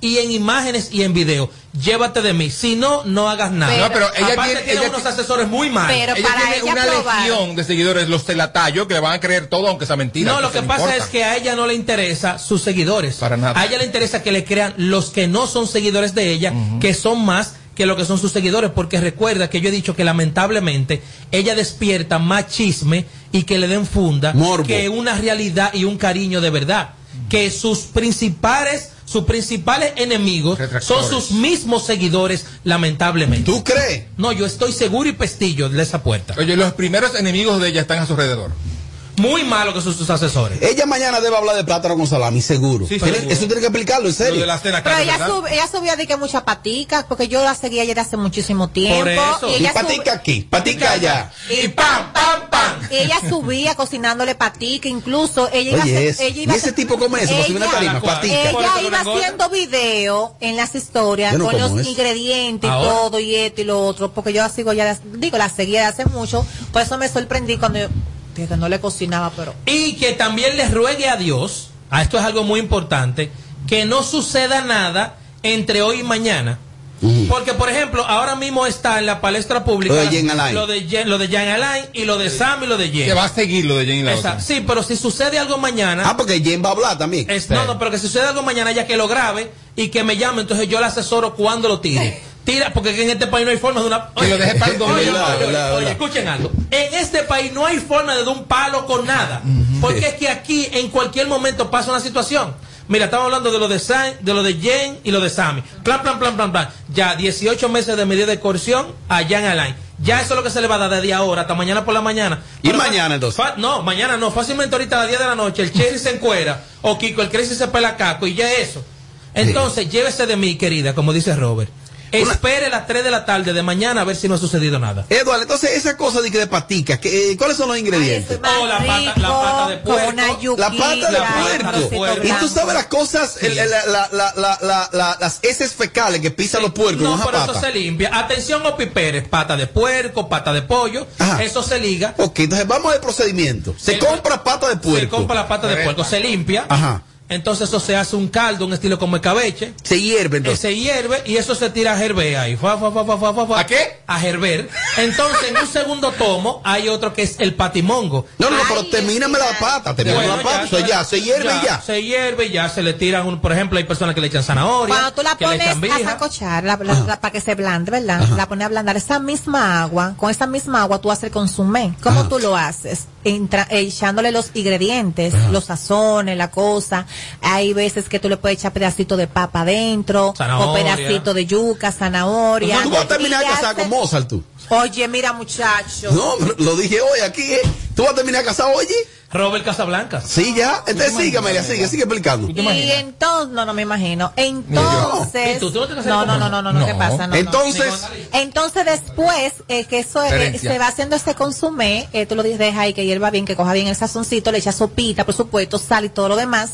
y en imágenes y en video. Llévate de mí. Si no, no hagas nada. Pero, no, pero ella Aparte tiene, tiene ella unos tiene, asesores muy malos. Pero ella para tiene ella una probar. legión de seguidores, los telatayos, que le van a creer todo aunque sea mentira. No, lo que no pasa importa. es que a ella no le interesa sus seguidores. Para nada. A ella le interesa que le crean los que no son seguidores de ella, uh-huh. que son más que lo que son sus seguidores, porque recuerda que yo he dicho que lamentablemente ella despierta más chisme y que le den funda Morbo. que una realidad y un cariño de verdad. Que sus principales sus principales enemigos son sus mismos seguidores, lamentablemente. ¿Tú crees? No, yo estoy seguro y pestillo de esa puerta. Oye, los primeros enemigos de ella están a su alrededor. Muy malo que son sus asesores. Ella mañana debe hablar de plátano con salami, seguro. Sí, Pero seguro. eso tiene que explicarlo, en serio. Lo de la cena, Pero Carlos, ella, ¿verdad? sub, ella subía de que muchas paticas, porque yo la seguía ayer hace muchísimo tiempo. Por eso. Y, Y ella patica sub- aquí, patica allá. y pam, pam, pam. Y ella subía cocinándole patica, incluso ella iba a Oye, hacer- eso. ella iba ¿Y a ese hacer- tipo come eso? Para subir una ella- tarima, patica. Por Ella eso que iba no engorda. haciendo video en las historias Yo no con como los eso. ingredientes y Ahora. todo, y esto y lo otro, porque yo la sigo ya, de- digo, la seguía de hace mucho, por eso me sorprendí cuando yo, dije que no le cocinaba, pero... Y que también le ruegue a Dios, a esto es algo muy importante, que no suceda nada entre hoy y mañana. Uh-huh. Porque, por ejemplo, ahora mismo está en la palestra pública Lo de Jen Alain. lo de Jen, lo de Jen Alain y lo de Sam y lo de Jen. Que va a seguir lo de Jenny la Exacto. otra. Sí, pero si sucede algo mañana... Ah, porque Jen va a hablar también. es- no, no, pero que si sucede algo mañana ya que lo grabe y que me llame, entonces yo le asesoro cuando lo tire. Tira, porque en este país no hay forma de una... Que lo deje para el domingo. Oye, Verdad, oye, verdad, oye, verdad. escuchen algo. En este país no hay forma de dar un palo con nada. Porque es que aquí en cualquier momento pasa una situación. Mira, estamos hablando de lo de Sam, de lo de Jen y lo de Sammy. Plan, plan, plan, plan, plan. Ya dieciocho meses de medida de coerción a Jan Alain. Ya eso es lo que se le va a dar desde ahora hasta mañana por la mañana. ¿Y Pero mañana, entonces? fa- No, mañana no. Fácilmente ahorita a las diez de la noche el Cherry se encuera o Kiko, el Crazy se pela caco y ya eso. Entonces, llévese de mí, querida, como dice Robert. Espere las tres de la tarde de mañana a ver si no ha sucedido nada. Eduardo, entonces esa cosa de que de patica, que, eh, ¿cuáles son los ingredientes? Más Oh, la pata- rico, la pata de con puerco. una La pata de yuquita, puerco. arrocito puerco. Y tú blanco. sabes las cosas, el- el- la- la- la- la- la- la- las heces fecales que pisan los puercos No, con esa pero eso pata. se limpia. Atención, Opi Pérez, pata de puerco, pata de pollo, Ajá. eso se liga. Ok, entonces vamos al procedimiento. Se El- compra pata de puerco. Se compra la pata de puerco, se limpia. Ajá. Entonces eso se hace un caldo, un estilo como escabeche. Se hierve Eh, entonces. se hierve y eso se tira a herber ahí. Fa, fa, fa, fa, fa, fa, fa. ¿A qué? A herber. Entonces, en un segundo tomo, hay otro que es el patimongo. No, no, no, pero Ay, termíname la ya. pata, termíname Bueno, la pata. Eso ya, se hierve y ya. Se hierve y ya se le tiran, un, por ejemplo, hay personas que le echan zanahoria. Cuando tú la que le pones echan a vija. sacochar, la- la- la- para que se blande, ¿verdad? La pones a ablandar. Esa misma agua, con esa misma agua tú haces el consomé. ¿Cómo Ajá. tú lo haces? Entra- echándole los ingredientes, los sazones, la cosa. Hay veces que tú le puedes echar pedacito de papa adentro, o Zanahoria. pedacito de yuca, zanahoria. Tú vas a terminar Y de casar hace- con Mozart, tú. Oye, mira, muchacho. No, pero lo dije hoy aquí, ¿eh? ¿Tú vas a terminar casado hoy? Robert Casablanca. Sí, ya. Entonces sígame, sigue, sigue explicando. Y entonces, no, no me imagino. Entonces, ¿Y tú? ¿Tú no te casaste no, con no, no, Mozart? no, no, no, ¿qué pasa? No, no. Entonces, Entonces después eh, que eso eh, Herencia. se va haciendo este consomé, eh, tú lo dejas ahí que hierva bien, que coja bien el sazoncito, le echas sopita, por supuesto, sal y todo lo demás.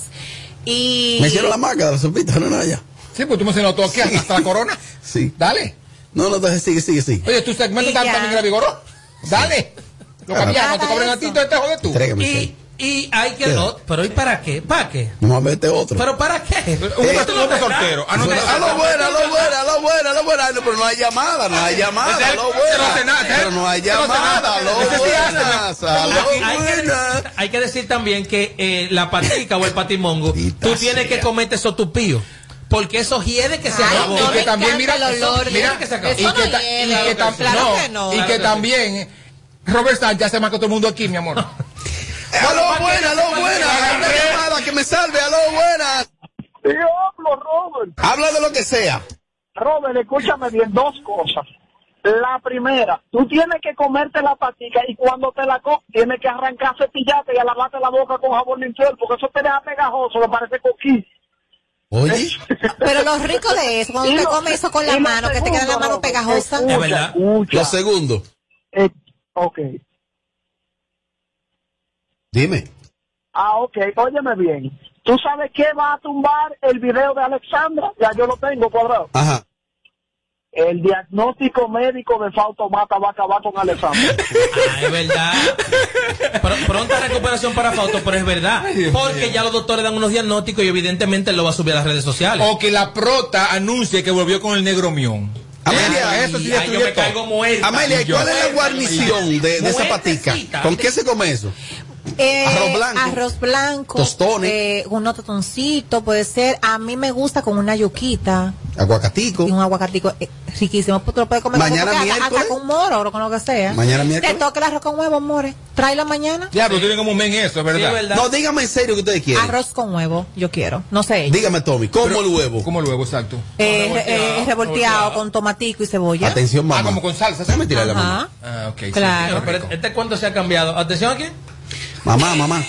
Y me hicieron la marca de la sopita, no, no, ya. Sí, pues tú me enseñado todo aquí, hasta la corona. Sí. Dale. No, no, entonces sigue, sigue, sigue. Oye, tu segmento Y está ya. también revigoró. Dale. Lo cambiamos, te Nada cobran a eso. ti, entonces te jodes tú. Entrégame, Y, sí. y hay que... ¿Qué? no, pero ¿y para qué? ¿Para qué? Vamos a verte otro. ¿Pero para qué? Un hombre- un hombre soltero. Ah, no, Bueno, a lo buena, a lo buena, a lo buena, a lo buena. Ay, no, pero no hay llamada, no hay llamada, a lo buena. Pero no hay llamada, a lo buenas, a lo Hay, hay que, buenas. hay que decir también que eh, la patica o el patimongo, tú tienes que comerte eso tupío. Porque eso hiede que se Ay, acabó. no, Y que me también, encanta mira, el eso- olor. mira, que se acabó. y Eso que no ta- hiede, y que tam- claro no, que no. y Claro que que sí. también Robert Sánchez se marcó todo el mundo aquí, mi amor. A lo buena, a lo buena, una llamada que me salve, a lo buena. Yo hablo, Robert. Habla de lo que sea. Robert, escúchame bien, dos cosas. La primera, tú tienes que comerte la patica y cuando te la comes tienes que arrancar, cepillarte y a lavarte la boca con jabón limpiador porque eso te deja pegajoso, me parece coquí. Oye, pero lo rico de eso, cuando Y te lo- comes eso con la y lo mano, que te queda la segundo, mano Robert, pegajosa. escucha, Es verdad. escucha. lo segundo. Eh, ok. Dime. Ah, ok, óyeme bien. ¿Tú sabes qué va a tumbar el video de Alexandra? Ya yo lo tengo cuadrado. Ajá. el diagnóstico médico de Fausto Mata va a acabar con Alessandro. Ah, es verdad. Pr- pronta recuperación para Fausto, pero es verdad. Porque ya los doctores dan unos diagnósticos y evidentemente él lo va a subir a las redes sociales. O que la prota anuncie que volvió con el negro mión. Amelia, eso sí Ay, yo me caigo muerta. Amelia, ¿y Yo- cuál es la guarnición de, de esa patica? ¿Con qué se come eso? Eh, Arroz blanco. Arroz blanco. Tostones. Eh, unos tostoncitos, puede ser. A mí me gusta con una yuquita. Aguacatico. Y un aguacatico eh, riquísimo. Pues tú lo puedes comer Mañana como tú quieras, miércoles. hasta con moro o con lo que sea. Mañana miércoles. Te toca el arroz con huevo, more. Tráela mañana. Ya, pero tienen como un men eso, ¿verdad? Sí, es verdad. No, dígame en serio que ustedes quieren. Arroz con huevo, yo quiero. No sé. ella. Dígame, Tommy, ¿cómo el huevo? ¿Cómo el huevo, exacto? Eh, revolteado, eh, revolteado con tomatico y cebolla. Atención, mamá. Ah, como con salsa. Déjame tirarle a Ajá. mamá. Ah, ok. sí. Claro. No, pero este cuento se ha cambiado. Atención aquí. Mamá, mamá.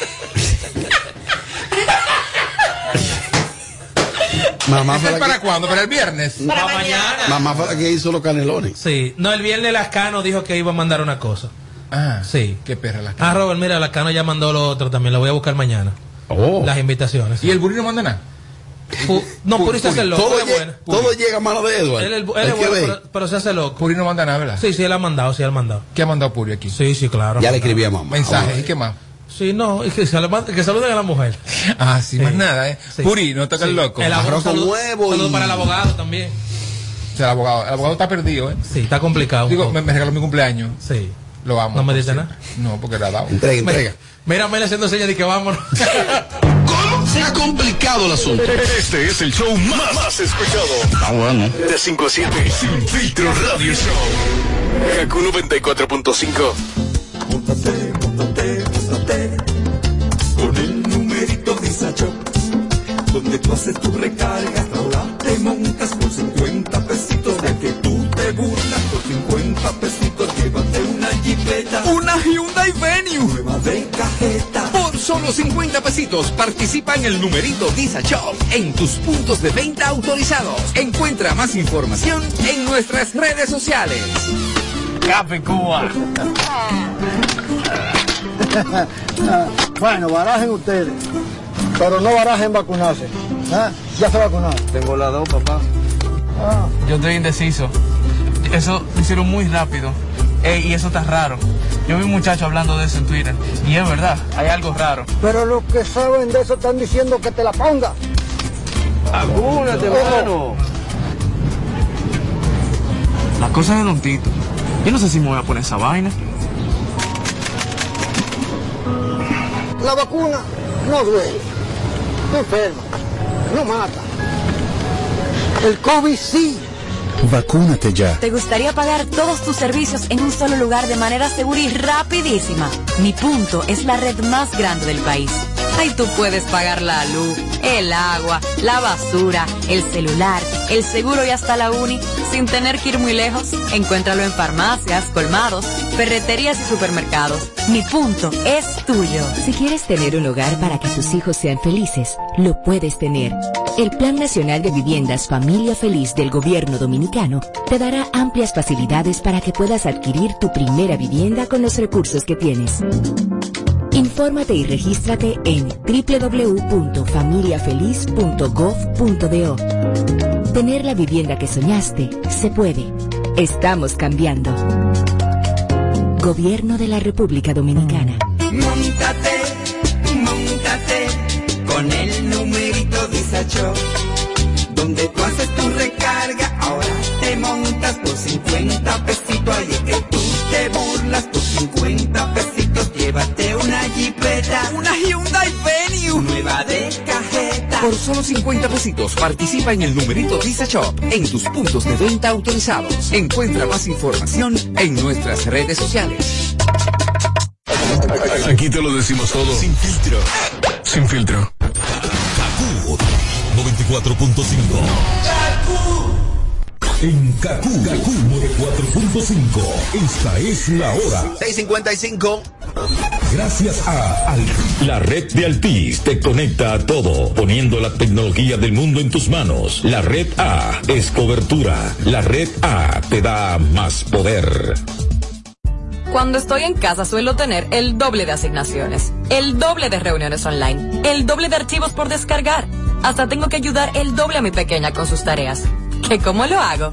Mamá ¿Este fue es la para que, cuándo? ¿Para el viernes? Para mañana. mamá fue la que hizo los canelones. Sí. No, el viernes Lascano dijo que iba a mandar una cosa. Ah, Sí. qué perra la Ah, Robert, mira, Lascano ya mandó lo otro también. Lo voy a buscar mañana. Oh. Las invitaciones. ¿Y el burrito no manda nada? Pu- no, Puri se hace loco. Todo, es lle- bueno. todo llega a mano de Edward. Él, él- él Hay es que bueno, ver. pero, pero se hace loco. Puri no manda nada, ¿verdad? Sí, sí, él ha mandado, sí, él ha mandado. ¿Qué ha mandado Puri aquí? Sí, sí, claro. Ya ha le mandado. escribí a mamá. Mensajes, ¿y qué más? Sí, no, y que, se le manda- que saluden a la mujer. Ah, sí, Sí. más nada, ¿eh? Sí. Puri, no toca el Sí. loco. El abogado, Arroz con saludo- huevo saludo y- para el abogado también. O sea, el abogado, el abogado está perdido, ¿eh? Sí, está complicado. un Digo, poco. me, me regaló mi cumpleaños. Sí. Lo amo. ¿No me por dice cierto. nada? No, porque era dado. Entrega, entrega. Mira, Mel haciendo señas de que vámonos. ¿Cómo? Se ha complicado el asunto. Este es el show más, más escuchado. Ah, bueno. De cinco a siete. Sin Filtro Radio Show. Kaku noventa y cuatro punto cinco. Móntate, móntate, móntate con el numerito Visa Shop, donde tú haces tu recarga, ahora te montas por cincuenta pesitos, de que tú te burlas por cincuenta pesitos, llévate una Jeepeta, Una Hyundai Venue. nueva de cajeta. Por solo cincuenta pesitos participa en el numerito Visa Shop en tus puntos de venta autorizados. Encuentra más información en nuestras redes sociales. Capicúa. Bueno, barajen ustedes, pero no barajen vacunarse. ¿Ah? Ya se vacunaron. Tengo la dos, papá. Ah. Yo estoy indeciso. Eso lo hicieron muy rápido. Ey, y eso está raro. Yo vi un muchacho hablando de eso en Twitter. Y es verdad, hay algo raro. Pero los que saben de eso están diciendo que te la ponga. Apúrate, hermano. La cosa de Don Tito. Yo no sé si me voy a poner esa vaina. La vacuna no duele, no enferma, no mata. El COVID sí. Vacúnate ya. ¿Te gustaría pagar todos tus servicios en un solo lugar de manera segura y rapidísima? Mi Punto es la red más grande del país. Ahí tú puedes pagar la luz, el agua, la basura, el celular, el seguro y hasta la uni sin tener que ir muy lejos. Encuéntralo en farmacias, colmados, ferreterías y supermercados. Mi Punto es tuyo. Si quieres tener un hogar para que tus hijos sean felices, lo puedes tener. El Plan Nacional de Viviendas Familia Feliz del Gobierno Dominicano te dará amplias facilidades para que puedas adquirir tu primera vivienda con los recursos que tienes. Infórmate y regístrate en doble u doble u doble u punto familia feliz punto gov punto do. Tener la vivienda que soñaste se puede. Estamos cambiando. Gobierno de la República Dominicana. Móntate, móntate con el numerito Visa Shop, donde tú haces tu recarga, ahora te montas por cincuenta pesitos, ahí es que tú te burlas por cincuenta pesitos, llévate una Jeepeta, Una Hyundai Venue. nueva de cajeta. Por solo cincuenta pesitos participa en el numerito Visa Shop en tus puntos de venta autorizados. Encuentra más información en nuestras redes sociales. Aquí te lo decimos todo. Sin filtro. Sin filtro. Kaku noventa y cuatro punto cinco. En Kaku, Kaku noventa y cuatro punto cinco. Esta es la hora. seis cincuenta y cinco. Gracias a Altis. La red de Altis te conecta a todo, poniendo la tecnología del mundo en tus manos. La red A es cobertura. La red A te da más poder. Cuando estoy en casa suelo tener el doble de asignaciones, el doble de reuniones online, el doble de archivos por descargar. Hasta tengo que ayudar el doble a mi pequeña con sus tareas. ¿Qué cómo lo hago?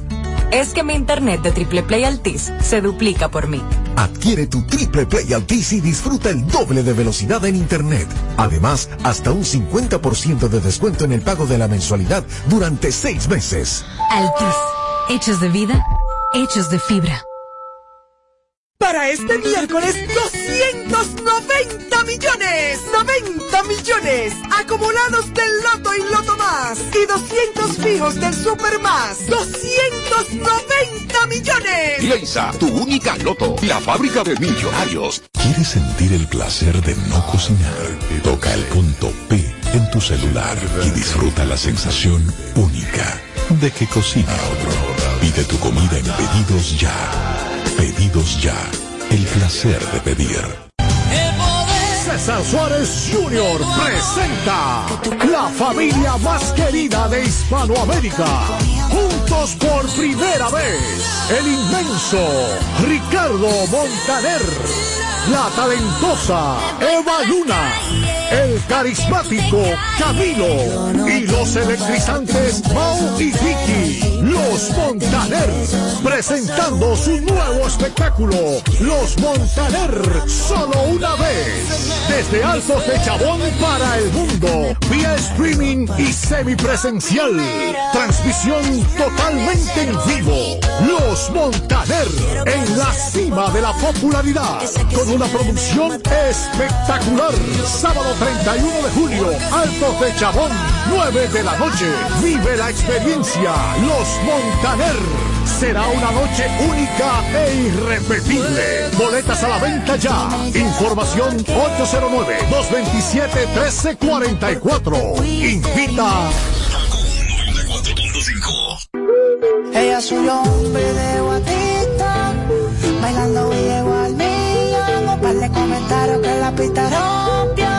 es que mi internet de Triple Play Altis se duplica por mí. Adquiere tu Triple Play Altis y disfruta el doble de velocidad en internet. Además, hasta un cincuenta por ciento de descuento en el pago de la mensualidad durante seis meses. Altis, hechos de vida, hechos de fibra. Para este miércoles, doscientos noventa millones, noventa millones acumulados del Loto y Loto Más y doscientos fijos del Super Más, doscientos noventa millones. Leisa, tu única Loto, la fábrica de millonarios. ¿Quieres sentir el placer de no cocinar? Toca el punto P en tu celular y disfruta la sensación única de que cocina otro. Pide tu comida en Pedidos Ya. Pedidos Ya, el placer de pedir. César Suárez junior presenta la familia más querida de Hispanoamérica. Juntos por primera vez, el inmenso Ricardo Montaner, la talentosa Eva Luna, el carismático Camilo y los electrizantes Mau y Vicky, los Montaner, presentando su nuevo espectáculo, Los Montaner, solo una vez, desde Altos de Chabón para el mundo, vía streaming y semipresencial, transmisión totalmente en vivo, Los Montaner, en la cima de la popularidad, con una producción espectacular, sábado treinta y uno de julio, Altos de Chabón, nueve de la noche. Vive la experiencia, Los Montaner. Será una noche única e irrepetible. Boletas a la venta ya. Información ocho cero nueve, dos dos siete, uno tres cuatro cuatro. Invita. Ella subió un video a TikTok, bailando y llegó al millón. Un par de comentarios que la pista rompió.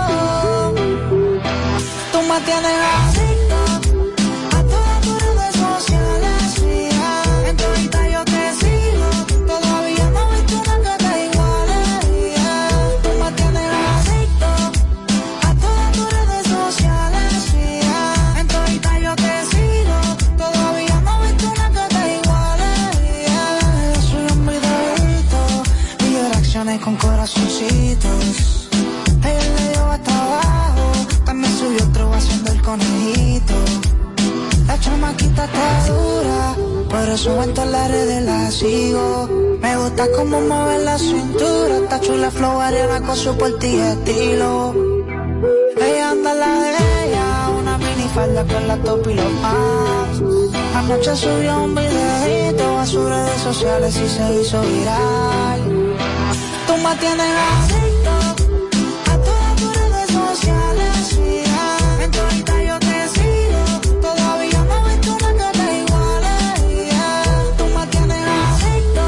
Tú me tienes adicto a todas tus redes sociales, fija. En tu Insta yo te sigo, todavía no he visto una que te iguale, yeah. Tú me tienes adicto a todas tus redes sociales, fija. En tu Insta yo te sigo, todavía no he visto una que te iguale, yeah. Soy un videito y reacciones con corazoncitos. Ella le dio hasta abajo, también subió otro haciendo el conejito. La chamaquita está dura, por eso en todas las redes la sigo. Me gusta cómo mueve la cintura, está chula, flow, arena con su porte y estilo. Ella anda en la de ella, una minifalda con la top y los pants. Anoche subió un videito a sus redes sociales y se hizo viral. Tú me tienes adicto a todas tus redes sociales, fija. En tu Insta yo te sigo, todavía no he visto una que te iguale, yeah. Tú me tienes adicto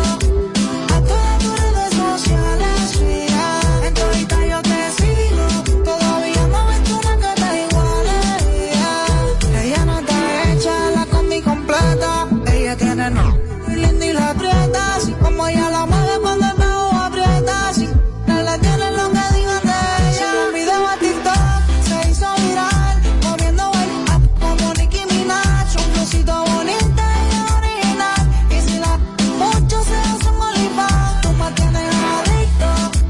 a todas tus redes sociales, fija. En tu Insta yo te sigo, todavía no he visto una que te iguale, yeah. Ella no está hecha la combi completa, ella tiene no y linda y la aprieta, así como ella la mueve cuando el bajo aprieta, así no le tiene lo que digan de ella. Un video a TikTok se hizo viral, moviendo el up como Nicki Minaj, un flowcito bonito y original, y si la muchos se hacen olifán. Tú me tienes adicto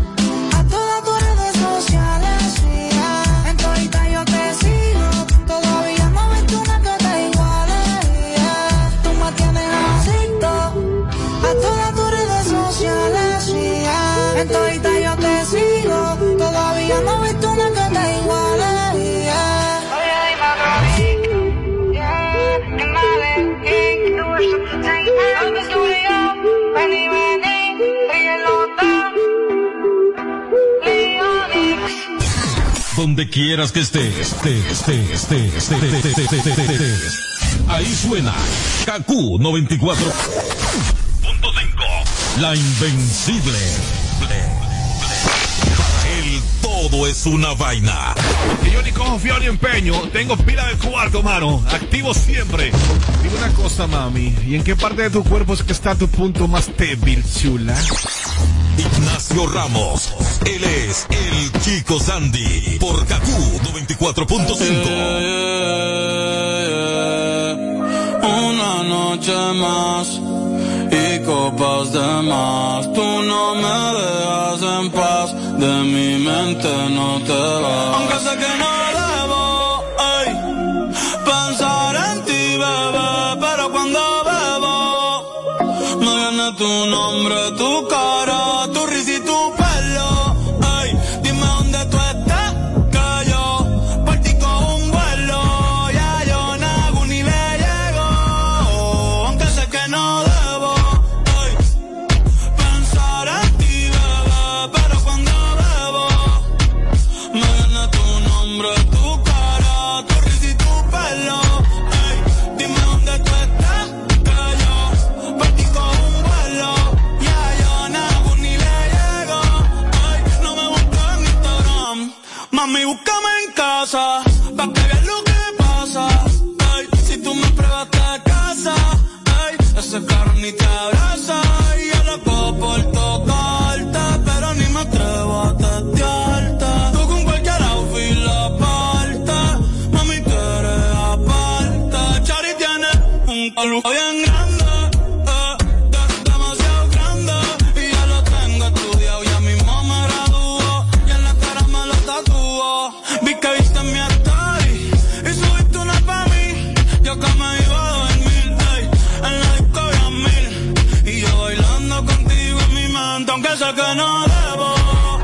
a todas tus redes sociales, fija. En tu Insta yo te sigo, todavía no he visto una que te iguale, yeah. Tú me tienes adicto a todas tus redes sociales, fija. En tu Insta yo te sigo, todavía no he visto una que te iguale, yeah. Donde quieras que estés, estés, estés, estés, estés, estés, estés, estés. Ahí suena Kaku noventa y cuatro punto cinco, la invencible. Para él todo es una vaina. Y yo ni confío ni empeño, tengo pila de cuarto, mano, activo siempre. Dime una cosa, mami, ¿y en qué parte de tu cuerpo es que está tu punto más débil, chula? Ignacio Ramos, él es el Chico Sandy, por Kaku noventa y cuatro punto cinco. Una noche más y copas de más. Tú no me dejas en paz, de mi mente no te vas. Aunque sé que no debo, ey, pensar en ti, bebé, pero cuando bebo me viene tu nombre, tu cara, tu risa y tu pelo. Ey, dime dónde tú estás, que yo por ti cojo un vuelo. Ya yo no hago ni le llego, aunque sé que no debo, ey, pensar en ti, bebé, pero cuando bebo me viene tu nombre, tu cara, tu risa y tu pelo. Ey, dime dónde tú estás, que yo por ti cojo un vuelo. Ya yo no hago ni le llego, ey, no me busques en Instagram, mami, búscame en casa, pa' que veas lo que pasa. Ey, si tú me pruebas te casa, ey, ese carro ni te abraza. Y yo loco por tocarte, pero ni me atrevo a testearte. Tú con cualquier outfit la parte, mami, tú eres aparte. Chari tiene un culo bien grande, eh, de- demasiado grande, y ya lo tengo estudiado, ya mismo me graduó, y en la cara me lo tatuó. Vi que viste mi story y subiste una pa' mí, yo que me iba a dormir, ey, en la disco había mil, y yo bailando contigo en mi mente, aunque sé que no debo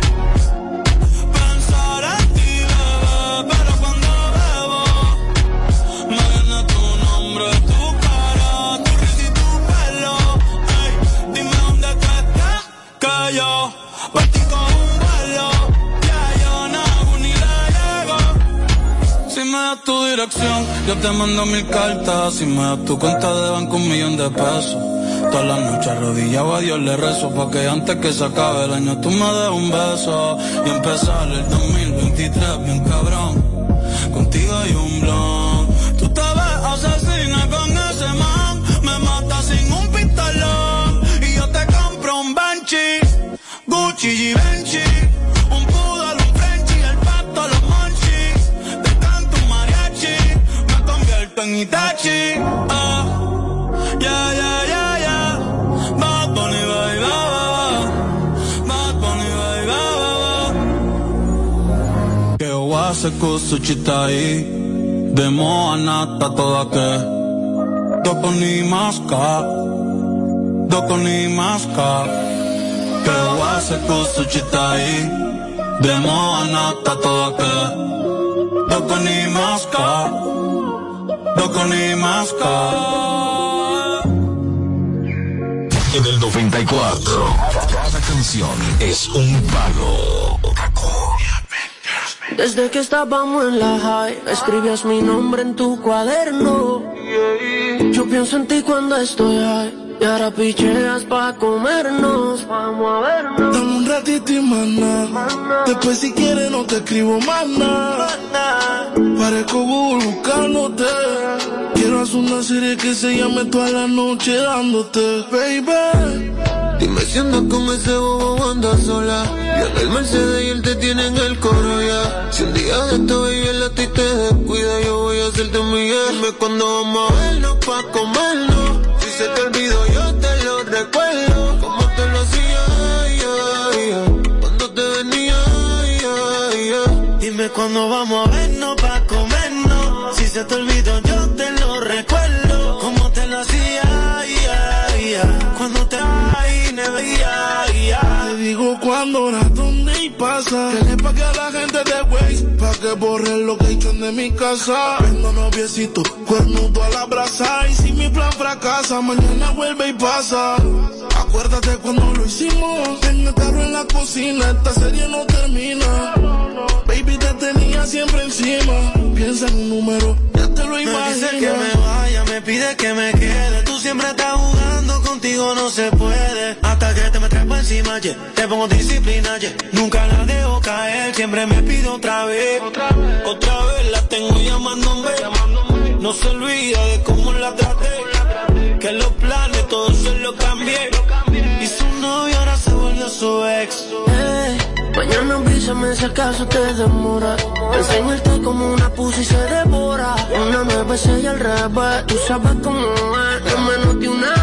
pensar en ti, bebé, pero cuando bebo me viene tu nombre, tu cara, tu risa y tu pelo. Ey, dime dónde tú estás, que yo por ti cojo un vuelo. Ya yo no hago ni le llego. Si me das tu dirección, yo te mando mil cartas. Si me das tu cuenta de banco, un millón de pesos. Todas las noches arrodillado a Dios le rezo, pa' que antes que se acabe el año tú me des un beso y empezar el dos mil veintitrés bien cabrón. Contigo hay un blon. Tú te ves asesina con ese man, me matas sin un pistolón. Y yo te compro un Banshee, Gucci y Benchi, un poodle, un Frenchie, el pato, los monchis. Te canto un mariachi, me convierto en Itachi. Ah, yeah, yeah, yeah, yeah. Bad Bunny, baby, Bad Bunny, baby. Que wase kusuchitai, demo anata toda que. Doko ni maska, doko ni maska. Que wase kusuchitai, demo anata toda que. Doko ni maska, doko ni maska. En el noventa y cuatro, cada canción es un palo. Desde que estábamos en la high, escribías mi nombre en tu cuaderno. Yo pienso en ti cuando estoy high, y ahora picheas pa' comernos. Vamos a vernos. Dame un ratito y maná. Después si quieres no te escribo más nada. Parezco Google buscándote. Quiero hacer una serie que se llame Toda la Noche dándote, baby. Dime si andas con ese bobo o andas sola. Yo en el Mercedes y él te tiene en el coro ya. Si un día de esto baby el a ti te descuida, yo voy a hacerte un millón. Dime cuando vamos a vernos pa' comernos. Si se te olvidó yo te lo recuerdo. Como te lo hacía, yeah, yeah. Cuando te venía, yeah, yeah. Dime cuando vamos a vernos pa' comernos. Si se te olvidó yo te lo recuerdo. Como te lo hacía, yeah, yeah. Cuando te veía, yeah. Te digo cuándo, hora, dónde y pasa. Que le pague a la gente de Waze, pa' que borre lo que he hecho de mi casa. Vendo noviecito, cuernudo a la brasa. Y si mi plan fracasa, mañana vuelve y pasa. Acuérdate cuando lo hicimos, en el carro en la cocina. Esta serie no termina. Baby, te tenía siempre encima. Piensa en un número, ya te lo imaginas. Me dice que me vaya, me pide que me quede. Tú siempre estás jugando, contigo no se puede. Hasta que te me trepo encima, yeah. Te pongo disciplina, yeah. Nunca la dejo caer, siempre me pido otra vez. Otra vez, otra vez la tengo llamándome. llamándome. No se olvida de cómo la traté. Que los planes todos se los cambié. Y su novio ahora se volvió su ex. Hey, mañana brízame si acaso te demora. Enseñarte como una pussy se devora. Una nueve y al revés, tú sabes cómo es. En menos de una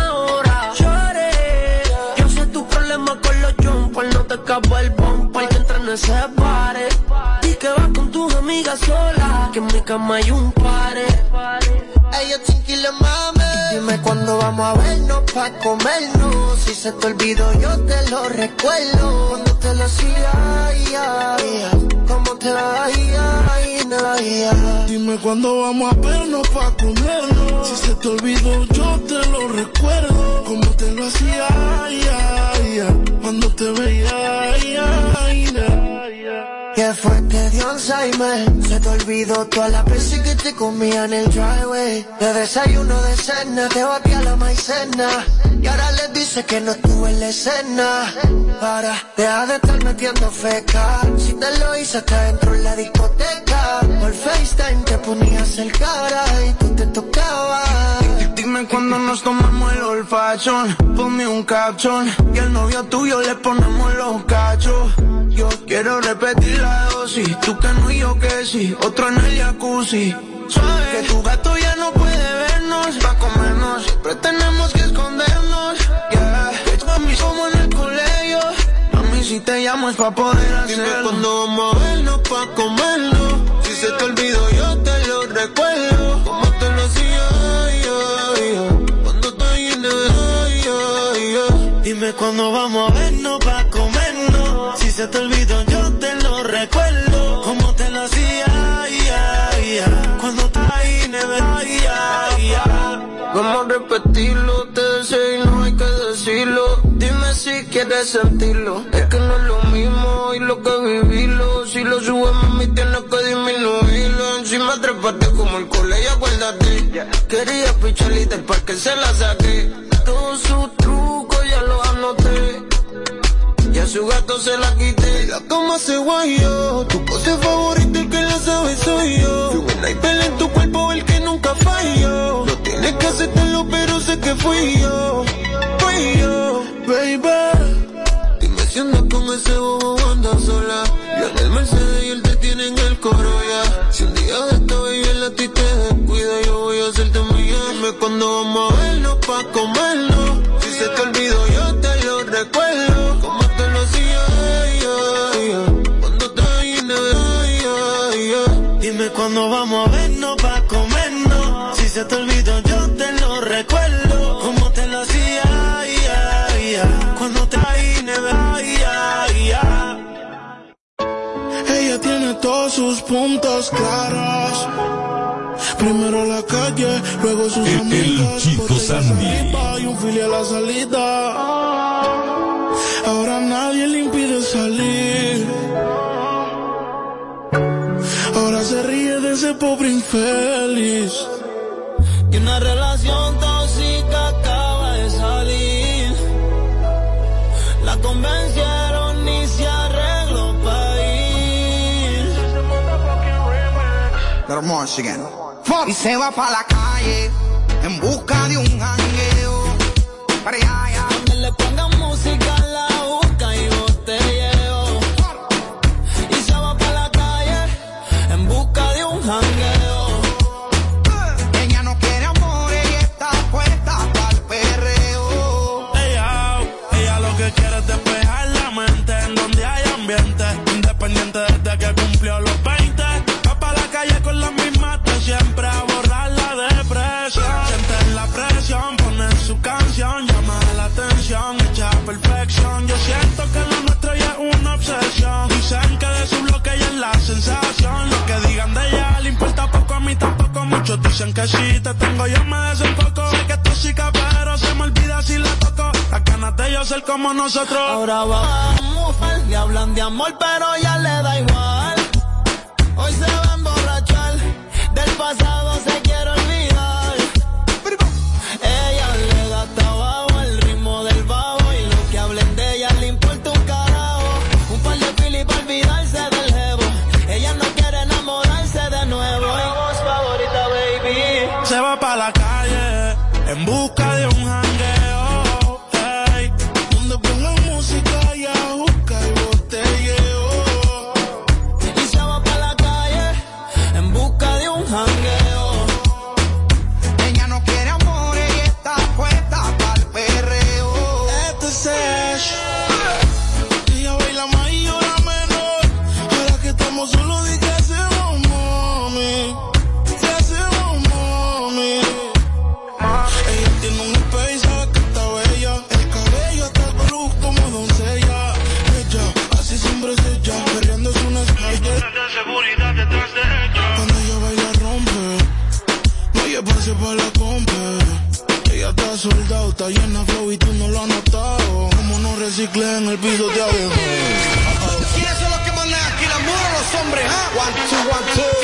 tus amigas solas, que en mi cama hay un pare. Ella tranquila, mami. Y dime cuándo vamos a vernos pa' comernos. Si se te olvidó, yo te lo recuerdo. Cuando te lo hacía, ay, ay, ay. ¿Cómo te va, ay, ay, ay, ay. Dime cuándo vamos a vernos pa' comernos. Si se te olvidó, yo te lo recuerdo. Como te lo hacía, ay, ay, ay. Cuando te veía, ay, ay, ay. ¿Qué fue que dio Alzheimer? Se te olvidó todas las veces que te comía en el driveway. De desayuno, de cena, te batía la maicena. Y ahora les dice que no estuve en la escena. Para, deja de estar metiendo feca. Si te lo hice acá dentro en la discoteca. Por FaceTime te ponías el cara y tú te tocabas. Dime cuando nos tomamos el olfachón. Ponme un caption y al novio tuyo le ponemos los cachos. Yo quiero repetir la dosis. Tú que no y yo que sí. Otro en el jacuzzi. Suave, que tu gato ya no puede vernos. Pa' comernos, siempre tenemos que escondernos. Yeah, que mami somos en el colegio. Mami, si te llamo es pa' poder hacerlo. Dime cuando vamos a vernos pa' comernos. Si se te olvidó yo te lo recuerdo. Como te lo hacía, ay, ay, ay. Cuando te llene, ay, ay, ay. Dime cuando vamos a vernos pa' comernos. Si se te olvidó yo te lo recuerdo. Como te lo hacía, ay, ay, ay. Cuando te llene, ay, ay, ay. Vamos a repetirlo, te deseo y no hay que decirlo. Dime si quieres sentirlo. Es que no es lo mismo y lo que vivirlo. Si lo subes, mami, tienes que disminuirlo. Encima treparte como el colegio, acuérdate. Quería picharle del parque, se la saqué. Todos sus trucos ya los anoté. Y a su gato se la quité. La cama se guayó. Tu pose favorita, el que la sabe soy yo. Fui buena y pelea en tu cuerpo, el que nunca falló. No tienes que aceptarlo, pero sé que fui yo. Fui yo, baby. Dime si andas con ese bobo, andas sola. Yo en el Mercedes y él te tiene en el coro ya. Si un día de esta baby él a ti te descuida, yo voy a hacerte mía. Dime cuando vamos a vernos pa' comernos. Si se te olvidó yo te lo recuerdo. Como te lo hacía, ay, ay, ay. Cuando te vine, ay, ay, ay. Dime cuando vamos a vernos pa' comernos. Si se te olvidó yo te lo recuerdo. Como te lo hacía, ay, ay, ay. Cuando te vine, ay, ay, ay. Ella tiene todos sus puntos claros. Primero la calle, luego sus el, amigas. El Chico Sandy. Y un fili a la salida. Ahora nadie le impide salir. Ahora se ríe de ese pobre infeliz. Y una relación tóxica acaba de salir. La convencieron y se arregló pa' ir. Y se va pa' la calle en busca de un jangueo. Para allá, allá. Donde le pongan música, la busca y botelleo. Y se va pa' la calle en busca de un jangueo. Ella no quiere amor, ella está puesta pa'l perreo. Ella, ella lo que quiere es despejar la mente en donde hay ambiente. Independiente desde que cumplió los veinte. Va pa' la calle con las mismas de siempre a borrar la depresión. Siente la presión, pone su canción, llama la atención, echa perfección. Yo siento que lo nuestro ya es una obsesión. Dicen que de su bloque ella es la sensación. Lo que digan de ella le importa poco, a mí tampoco. Muchos dicen que si te tengo yo me desenfoco. Sé que es tóxica pero se me olvida si la toco. Las ganas de yo ser como nosotros. Ahora va a mufar, le hablan de amor pero ya le da igual. Hoy se va a emborrachar, del pasado se quiere olvidar. Ella le da tabaco, el ritmo del babo. Y lo que hablen de ella le importa un carajo. Un par de pili para olvidarse del jevo. Ella no quiere enamorarse de nuevo. Mi voz favorita, baby. Se va pa' la calle en busca de un jangueo. Hey, donde pongan música y busca y botelleo. Y se va pa' la calle en busca de un jangueo. Ella no quiere amor, ella está puesta pa'l perreo. Este es Ash. Ella baila más y llora menos. Ahora que estamos solos, di que hacemos. está llena flow y tú no lo has notado. Como no recicles en el piso te abejo. ¿Quiénes son los que mandan aquí, las mujeres o los hombres, ah? One, two, one, two.